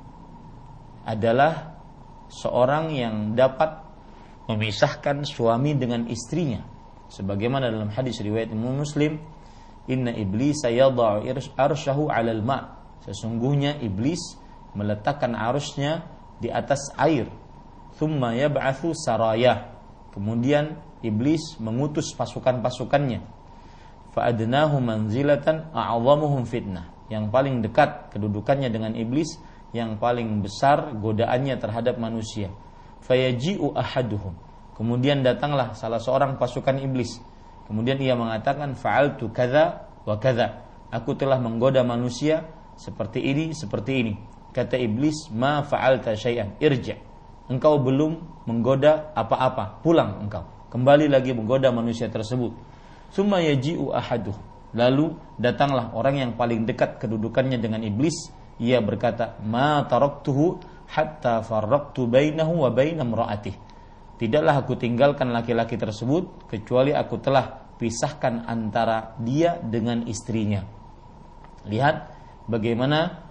A: adalah seorang yang dapat memisahkan suami dengan istrinya, sebagaimana dalam hadis riwayat Imam Muslim, inna iblisa yada'u arsyahu 'alal ma', sesungguhnya iblis meletakkan arusnya di atas air. Thumma yab'atsu saraya, kemudian iblis mengutus pasukan-pasukannya. Fa adnahu manzilatan a'zamuhum fitnah, yang paling dekat kedudukannya dengan iblis, yang paling besar godaannya terhadap manusia. Fayaji'u ahaduhum, kemudian datanglah salah seorang pasukan iblis, kemudian ia mengatakan fa'altu kadza wa kadza, aku telah menggoda manusia seperti ini, seperti ini. Kata iblis, ma fa'alta syai'an, irja', engkau belum menggoda apa-apa, pulang engkau, kembali lagi menggoda manusia tersebut. Summa yaji'u ahaduh, lalu datanglah orang yang paling dekat kedudukannya dengan iblis, ia berkata, ma taraktuhu hatta farraqtu bainahu wa baina imra'atih, tidaklah aku tinggalkan laki-laki tersebut kecuali aku telah pisahkan antara dia dengan istrinya. Lihat bagaimana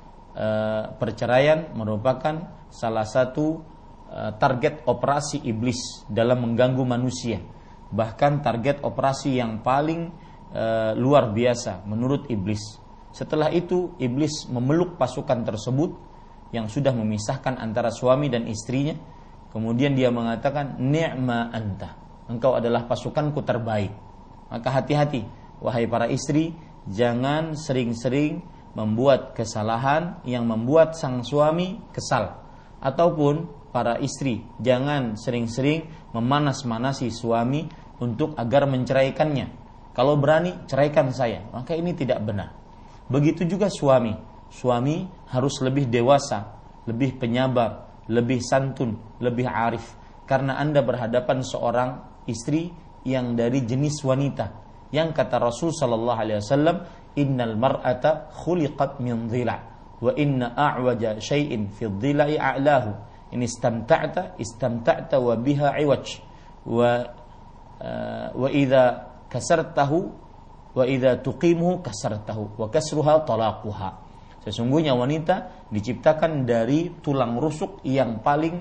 A: perceraian merupakan salah satu target operasi iblis dalam mengganggu manusia, bahkan target operasi yang paling luar biasa menurut iblis. Setelah itu iblis memeluk pasukan tersebut yang sudah memisahkan antara suami dan istrinya, kemudian dia mengatakan, ni'ma anta, engkau adalah pasukanku terbaik. Maka hati-hati wahai para istri, jangan sering-sering membuat kesalahan yang membuat sang suami kesal, ataupun para istri jangan sering-sering memanas-manasi suami untuk agar menceraikannya. Kalau berani ceraikan saya, maka ini tidak benar. Begitu juga suami harus lebih dewasa, lebih penyabar, lebih santun, lebih arif, karena Anda berhadapan seorang istri yang dari jenis wanita, yang kata Rasul sallallahu alaihi wasallam, innal mar'ata khuliqat min dhila' wa inna a'waja syai'in fi dhila'i a'lahu, in istamta'ta wa biha 'iwaj wa idza kasartahu wa idza tuqimuhu kasartahu wa kasruha talaquha. Sesungguhnya wanita diciptakan dari tulang rusuk yang paling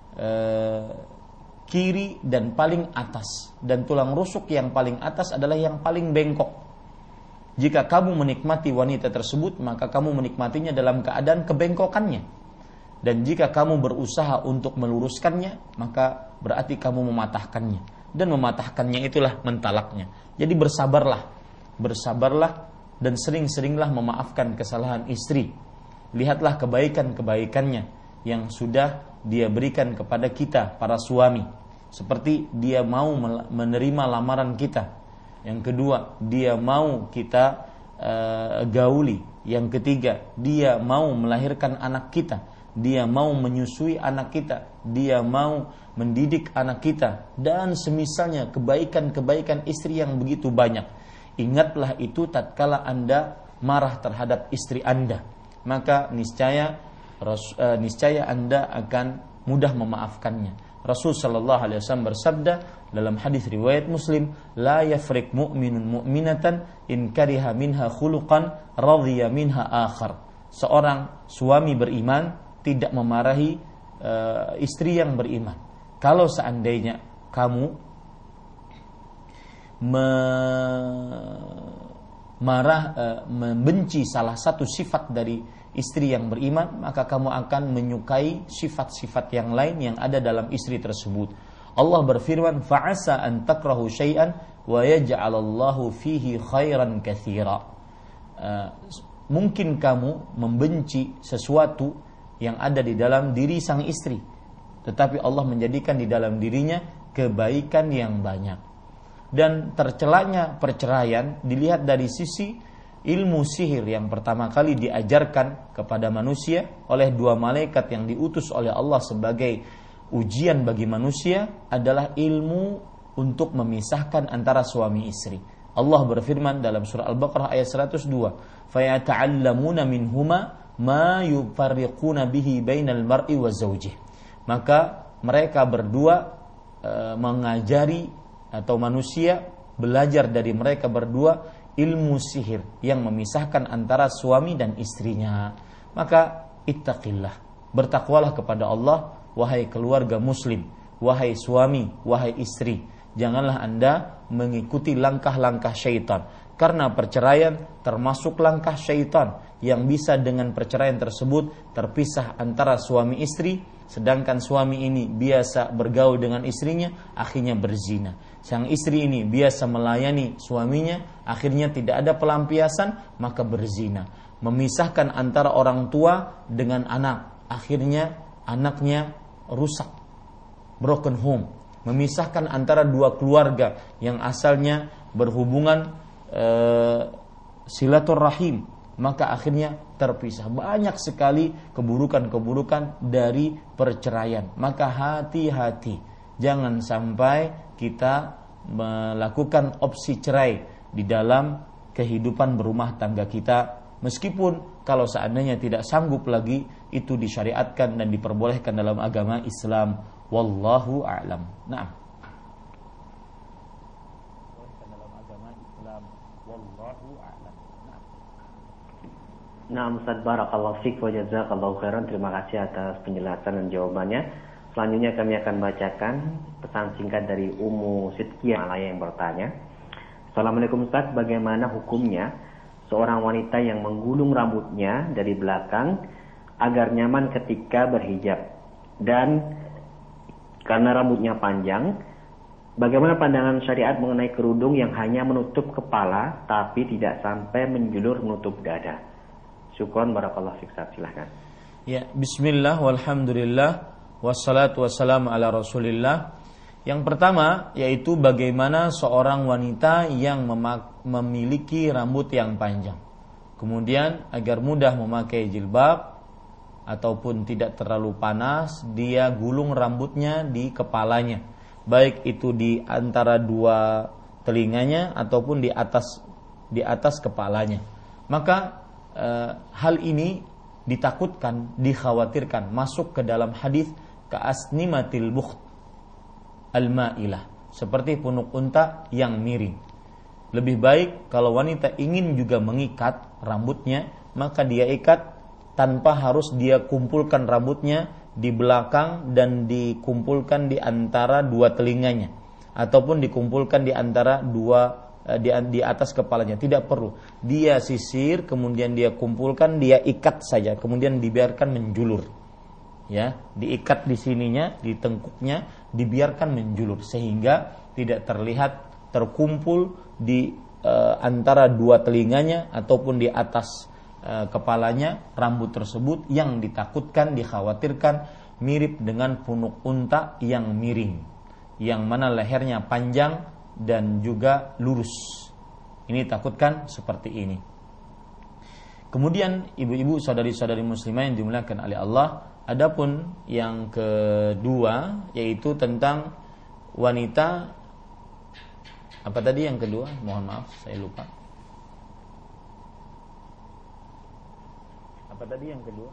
A: kiri dan paling atas, dan tulang rusuk yang paling atas adalah yang paling bengkok. Jika kamu menikmati wanita tersebut, maka kamu menikmatinya dalam keadaan kebengkokannya. Dan jika kamu berusaha untuk meluruskannya, maka berarti kamu mematahkannya. Dan mematahkannya itulah mentalaknya. Jadi bersabarlah dan sering-seringlah memaafkan kesalahan istri. Lihatlah kebaikan-kebaikannya yang sudah dia berikan kepada kita para suami. seperti dia mau menerima lamaran kita. Yang kedua, dia mau kita gauli. Yang ketiga, dia mau melahirkan anak kita, dia mau menyusui anak kita, dia mau mendidik anak kita, dan semisalnya kebaikan-kebaikan istri yang begitu banyak. Ingatlah itu tatkala Anda marah terhadap istri Anda, maka niscaya Anda akan mudah memaafkannya. Rasul sallallahu alaihi wasallam bersabda dalam hadis riwayat Muslim, la yafriq mu'minun mu'minatan in kariha minha khuluqan radhiya minha akhar. Seorang suami beriman tidak memarahi istri yang beriman. Kalau seandainya kamu membenci salah satu sifat dari istri yang beriman, maka kamu akan menyukai sifat-sifat yang lain yang ada dalam istri tersebut. Allah berfirman, fa'asa an takrahu syai'an wa yaj'alallahu fihi khairan katsira. Mungkin kamu membenci sesuatu yang ada di dalam diri sang istri, tetapi Allah menjadikan di dalam dirinya kebaikan yang banyak. Dan tercelanya perceraian dilihat dari sisi ilmu sihir yang pertama kali diajarkan kepada manusia oleh dua malaikat yang diutus oleh Allah sebagai ujian bagi manusia adalah ilmu untuk memisahkan antara suami istri. Allah berfirman dalam surah Al-Baqarah ayat 102, فَيَتَعَلَّمُونَ مِنْهُمَا مَا يُفَرِّقُونَ بِهِ بَيْنَ الْمَرْءِ وَزَوْجِهِ. Maka mereka berdua mengajari atau manusia belajar dari mereka berdua ilmu sihir yang memisahkan antara suami dan istrinya. Maka ittaqillah, bertakwalah kepada Allah, wahai keluarga muslim, wahai suami, wahai istri. Janganlah Anda mengikuti langkah-langkah syaitan, karena perceraian termasuk langkah syaitan yang bisa dengan perceraian tersebut terpisah antara suami istri, sedangkan suami ini biasa bergaul dengan istrinya, akhirnya berzina. Sang istri ini biasa melayani suaminya, akhirnya tidak ada pelampiasan, maka berzina. Memisahkan antara orang tua dengan anak, akhirnya anaknya rusak, broken home. Memisahkan antara dua keluarga yang asalnya berhubungan silaturahim, maka akhirnya terpisah. Banyak sekali keburukan-keburukan dari perceraian. Maka hati-hati, jangan sampai kita melakukan opsi cerai di dalam kehidupan berumah tangga kita, meskipun kalau seandainya tidak sanggup lagi, itu disyariatkan dan diperbolehkan dalam agama Islam. Wallahu a'lam. Naam. Dalam agama Islam. Wallahu a'lam.
C: Naam, Ustaz, barakallahu fiik wa jazakallahu khairan. Terima kasih atas penjelasan dan jawabannya. Selanjutnya kami akan bacakan pesan singkat dari Ummu Sidqiyah Malaya yang bertanya, Assalamualaikum Ustaz, bagaimana hukumnya seorang wanita yang menggulung rambutnya dari belakang agar nyaman ketika berhijab? Dan karena rambutnya panjang, bagaimana pandangan syariat mengenai kerudung yang hanya menutup kepala tapi tidak sampai menjulur menutup dada? Syukron, barakallahu fiik. Silahkan.
A: Ya, bismillah walhamdulillah wassalatu wassalamu ala rasulillah. Yang pertama yaitu bagaimana seorang wanita yang memiliki rambut yang panjang, kemudian agar mudah memakai jilbab ataupun tidak terlalu panas, dia gulung rambutnya di kepalanya, baik itu di antara dua telinganya ataupun di atas kepalanya. Maka hal ini ditakutkan, dikhawatirkan masuk ke dalam hadis ka'asnimatil bukht al-ma'ilah, seperti punuk unta yang miring. Lebih baik kalau wanita ingin juga mengikat rambutnya, maka dia ikat tanpa harus dia kumpulkan rambutnya di belakang dan dikumpulkan di antara dua telinganya, ataupun dikumpulkan di antara di atas kepalanya. Tidak perlu. Dia sisir, kemudian dia kumpulkan, dia ikat saja, kemudian dibiarkan menjulur. Ya, diikat di sininya, di tengkuknya, dibiarkan menjulur sehingga tidak terlihat terkumpul di antara dua telinganya ataupun di atas kepalanya rambut tersebut yang ditakutkan, dikhawatirkan mirip dengan punuk unta yang miring. yang mana lehernya panjang dan juga lurus. Ini takutkan seperti ini. Kemudian ibu-ibu saudari-saudari muslimah yang dimuliakan oleh Allah, adapun yang kedua yaitu tentang wanita. Apa tadi yang kedua? Mohon maaf, saya lupa. Apa tadi yang kedua?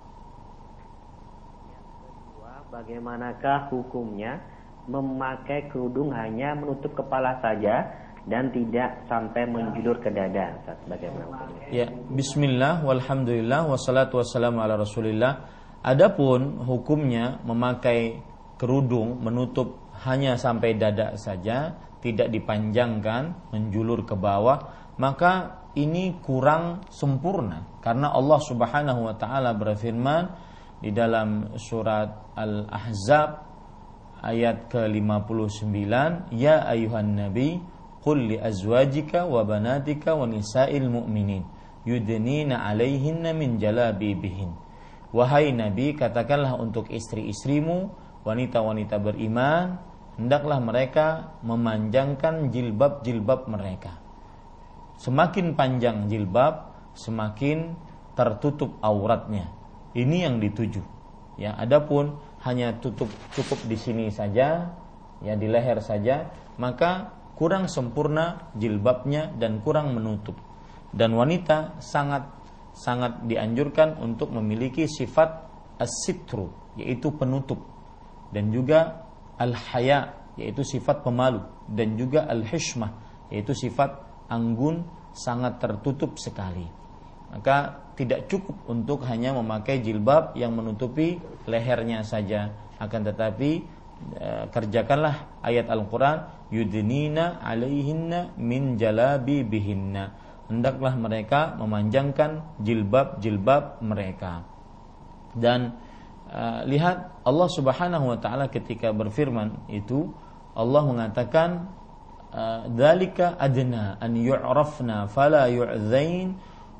C: Yang kedua, bagaimanakah hukumnya memakai kerudung hanya menutup kepala saja dan tidak sampai menjulur ke dada? Bagaimana hukumnya?
A: Ya, bismillah, walhamdulillah, wassalatu wassalamu ala rasulillah. Adapun hukumnya memakai kerudung menutup hanya sampai dada saja, tidak dipanjangkan, menjulur ke bawah, maka ini kurang sempurna. Karena Allah Subhanahu wa ta'ala berfirman di dalam surat Al-Ahzab ayat ke-59, Ya ayuhan nabi qul li azwajika wa banatika wa nisa'il mu'minin yudnina alaihinna min jalabibihin. Wahai Nabi, katakanlah untuk istri-istrimu, wanita-wanita beriman, hendaklah mereka memanjangkan jilbab-jilbab mereka. Semakin panjang jilbab, semakin tertutup auratnya. Ini yang dituju. Ya, adapun hanya cukup di sini saja, ya di leher saja, maka kurang sempurna jilbabnya dan kurang menutup. Dan wanita sangat dianjurkan untuk memiliki sifat as-sitru, yaitu penutup, dan juga al-haya, yaitu sifat pemalu, dan juga al-hishmah, yaitu sifat anggun, sangat tertutup sekali. Maka tidak cukup untuk hanya memakai jilbab yang menutupi lehernya saja, akan tetapi kerjakanlah ayat Al-Quran, yudnina alaihinna min jalabibihinna, hendaklah mereka memanjangkan jilbab-jilbab mereka. Dan lihat Allah Subhanahu wa ta'ala ketika berfirman itu, Allah mengatakan dzalika adna an yu'rafna fala yu'zain,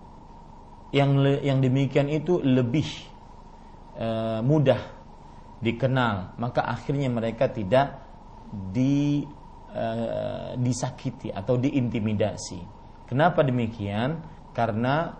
A: yang demikian itu lebih mudah dikenal, maka akhirnya mereka tidak disakiti atau diintimidasi. Kenapa demikian? Karena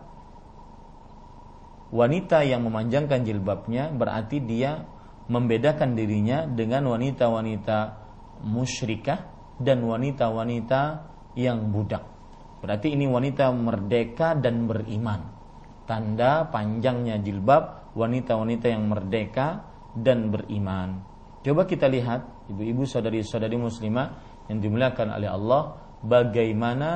A: wanita yang memanjangkan jilbabnya berarti dia membedakan dirinya dengan wanita-wanita musyrikah dan wanita-wanita yang budak. Berarti ini wanita merdeka dan beriman. Tanda panjangnya jilbab wanita-wanita yang merdeka dan beriman. Coba kita lihat, ibu-ibu saudari-saudari muslimah yang dimuliakan oleh Allah, bagaimana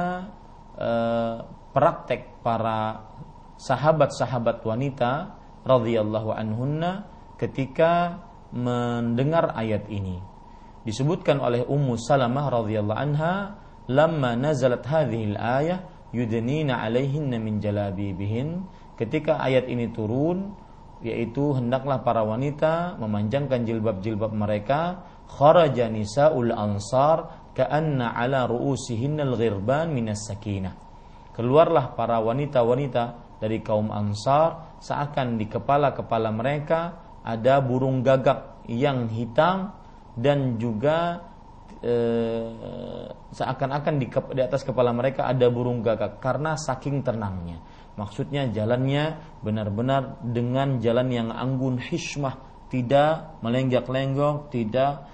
A: praktek para sahabat-sahabat wanita radhiyallahu anhunna ketika mendengar ayat ini. Disebutkan oleh Ummu Salamah radhiyallahu anha, lamma nazalat hadhil ayah yudnina alaihinna min jalabibihin, ketika ayat ini turun, yaitu hendaklah para wanita memanjangkan jilbab-jilbab mereka, kharaja nisaul ansar ka'anna ala ru'usihinna al-ghirban minas sakinah. Keluarlah para wanita-wanita dari kaum Ansar, seakan di kepala-kepala mereka ada burung gagak yang hitam, dan juga seakan-akan di atas kepala mereka ada burung gagak karena saking tenangnya. Maksudnya jalannya benar-benar dengan jalan yang anggun, hishmah, tidak melenggak-lenggok, tidak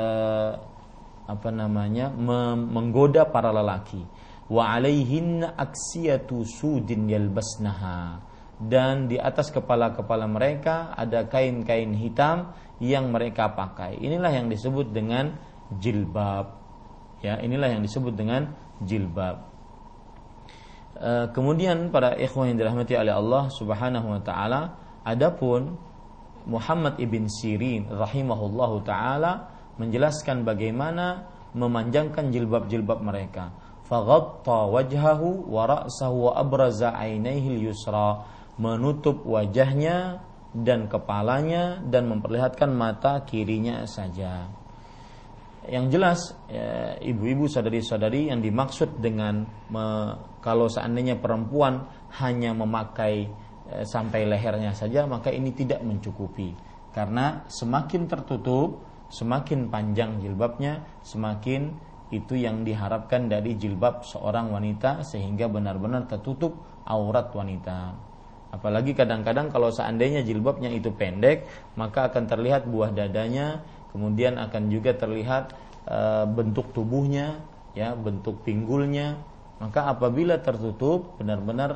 A: menggoda para lelaki. Wa alaihinna aksiyatu sudin yalbasnaha, dan di atas kepala-kepala mereka ada kain-kain hitam yang mereka pakai. Inilah yang disebut dengan jilbab. Ya, inilah yang disebut dengan jilbab. Kemudian para ikhwah yang dirahmati oleh Allah Subhanahu wa taala, adapun Muhammad ibn Sirin rahimahullahu taala menjelaskan bagaimana memanjangkan jilbab-jilbab mereka. Faghatta wajhahu wa ra'sahu wa abraza 'ainaihi al-yusra, menutup wajahnya dan kepalanya dan memperlihatkan mata kirinya saja. Yang jelas ibu-ibu saudari-saudari, yang dimaksud dengan kalau seandainya perempuan hanya memakai sampai lehernya saja, maka ini tidak mencukupi, karena semakin tertutup semakin panjang jilbabnya, semakin itu yang diharapkan dari jilbab seorang wanita, sehingga benar-benar tertutup aurat wanita. Apalagi kadang-kadang kalau seandainya jilbabnya itu pendek, maka akan terlihat buah dadanya, kemudian akan juga terlihat bentuk tubuhnya, ya, bentuk pinggulnya. Maka apabila tertutup, benar-benar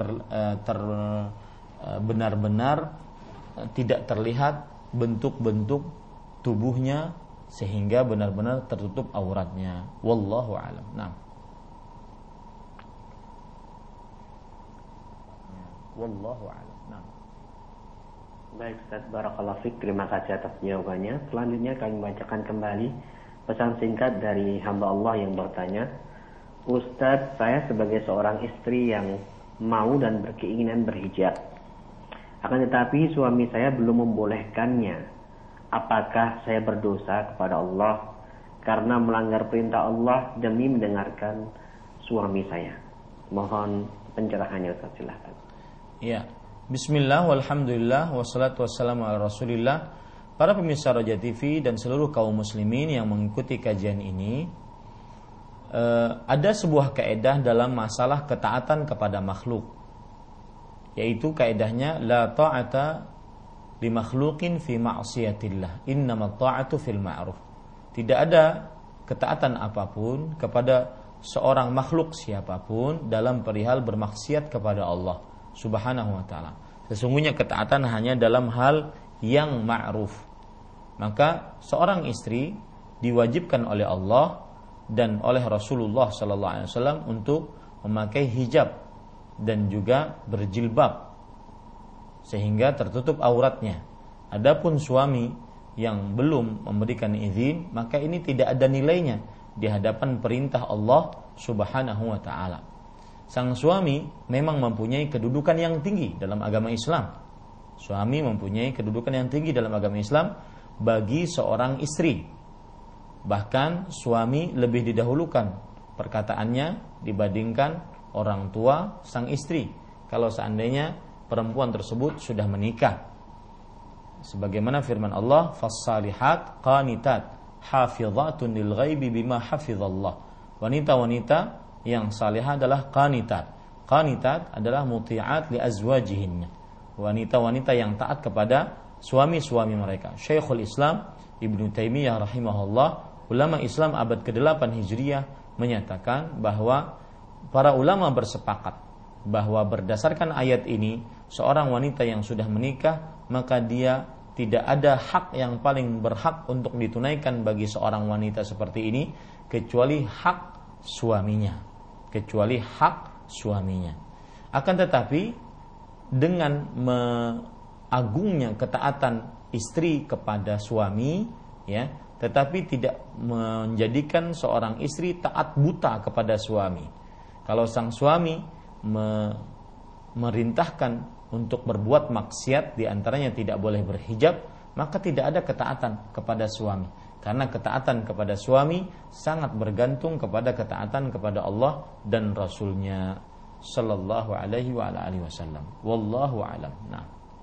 A: benar-benar tidak terlihat bentuk-bentuk tubuhnya, sehingga benar-benar tertutup auratnya. Wallahu a'lam. Nah. Wallahu a'lam. Nah.
C: Baik Ustaz, barakallahu fiik, terima kasih atas jawabannya. Selanjutnya kami bacakan kembali pesan singkat dari hamba Allah yang bertanya, Ustaz, saya sebagai seorang istri yang mau dan berkeinginan berhijab, akan tetapi suami saya belum membolehkannya. Apakah saya berdosa kepada Allah karena melanggar perintah Allah demi mendengarkan suami saya? Mohon pencerahannya Ustaz, silahkan.
A: Ya, bismillah, walhamdulillah, wassalatu wassalamu ala rasulillah. Para pemirsa Roja TV dan seluruh kaum muslimin yang mengikuti kajian ini, ada sebuah kaedah dalam masalah ketaatan kepada makhluk, yaitu kaedahnya la ta'ata li makhluqin fi ma'siyatillah, innamat ta'atu fil ma'ruf. Tidak ada ketaatan apapun kepada seorang makhluk siapapun dalam perihal bermaksiat kepada Allah Subhanahu wa ta'ala. Sesungguhnya ketaatan hanya dalam hal yang ma'ruf. Maka seorang istri diwajibkan oleh Allah dan oleh Rasulullah sallallahu alaihi wasallam untuk memakai hijab dan juga berjilbab sehingga tertutup auratnya. Adapun suami yang belum memberikan izin, maka ini tidak ada nilainya di hadapan perintah Allah Subhanahu wa ta'ala. Sang suami memang mempunyai kedudukan yang tinggi dalam agama Islam. Suami mempunyai kedudukan yang tinggi dalam agama Islam bagi seorang istri. Bahkan suami lebih didahulukan perkataannya dibandingkan orang tua sang istri, kalau seandainya perempuan tersebut sudah menikah. Sebagaimana firman Allah, fas-salihat qanitat hafizatun lil ghaibi bima hafizallah. Wanita-wanita yang salihah adalah qanitat. Qanitat adalah muti'at li azwajihinna. Wanita-wanita yang taat kepada suami-suami mereka. Syekhul Islam Ibnu Taimiyah rahimahullah, ulama Islam abad ke-8 Hijriah, menyatakan bahwa para ulama bersepakat bahwa berdasarkan ayat ini, seorang wanita yang sudah menikah, maka dia tidak ada hak yang paling berhak untuk ditunaikan bagi seorang wanita seperti ini kecuali hak suaminya. Kecuali hak suaminya. Akan tetapi dengan agungnya ketaatan istri kepada suami, ya, tetapi tidak menjadikan seorang istri taat buta kepada suami. Kalau sang suami merintahkan untuk berbuat maksiat, diantaranya tidak boleh berhijab, maka tidak ada ketaatan kepada suami. Karena ketaatan kepada suami sangat bergantung kepada ketaatan kepada Allah dan Rasulnya sallallahu alaihi wa alihi wasallam. Wallahu a'lam. Nah.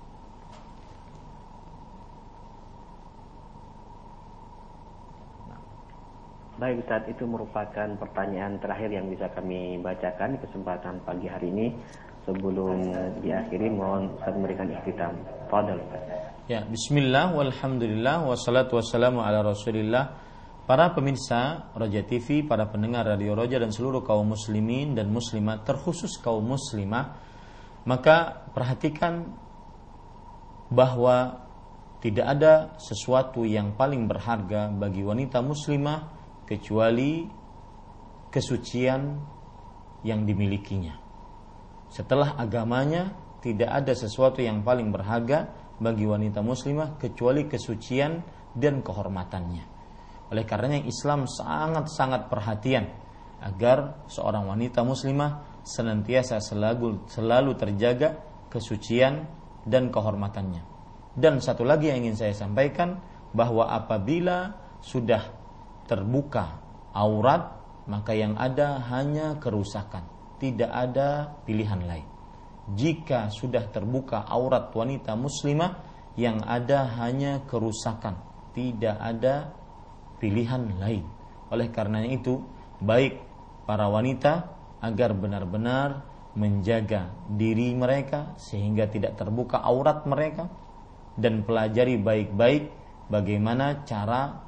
C: Baik Ustaz, itu merupakan pertanyaan terakhir yang bisa kami bacakan di kesempatan pagi hari ini. Sebelum diakhiri, mohon Ustaz memberikan ikhtitam. Fadhal Ustaz.
A: Ya, bismillah, walhamdulillah, wassalatu wassalamu ala rasulillah. Para pemirsa Roja TV, para pendengar Radio Roja dan seluruh kaum muslimin dan muslimat, terkhusus kaum muslimah, maka perhatikan bahwa tidak ada sesuatu yang paling berharga bagi wanita muslimah kecuali kesucian yang dimilikinya. Setelah agamanya, tidak ada sesuatu yang paling berharga bagi wanita muslimah kecuali kesucian dan kehormatannya. Oleh karenanya Islam sangat-sangat perhatian agar seorang wanita muslimah senantiasa selalu terjaga kesucian dan kehormatannya. Dan satu lagi yang ingin saya sampaikan, bahwa apabila sudah terbuka aurat, maka yang ada hanya kerusakan, tidak ada pilihan lain. Jika sudah terbuka aurat wanita muslimah, yang ada hanya kerusakan, tidak ada pilihan lain. Oleh karenanya itu, baik para wanita agar benar-benar menjaga diri mereka sehingga tidak terbuka aurat mereka, dan pelajari baik-baik bagaimana cara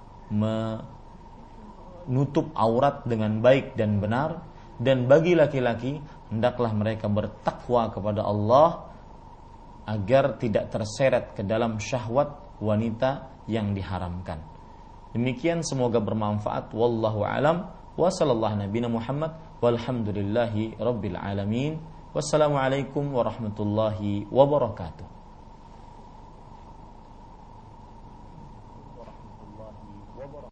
A: menutup aurat dengan baik dan benar. Dan bagi laki-laki, hendaklah mereka bertakwa kepada Allah agar tidak terseret ke dalam syahwat wanita yang diharamkan. Demikian, semoga bermanfaat. Wallahu a'lam. Wa sallallahu nabiyana Muhammad walhamdulillahi rabbil alamin. Wassalamualaikum warahmatullahi wabarakatuh.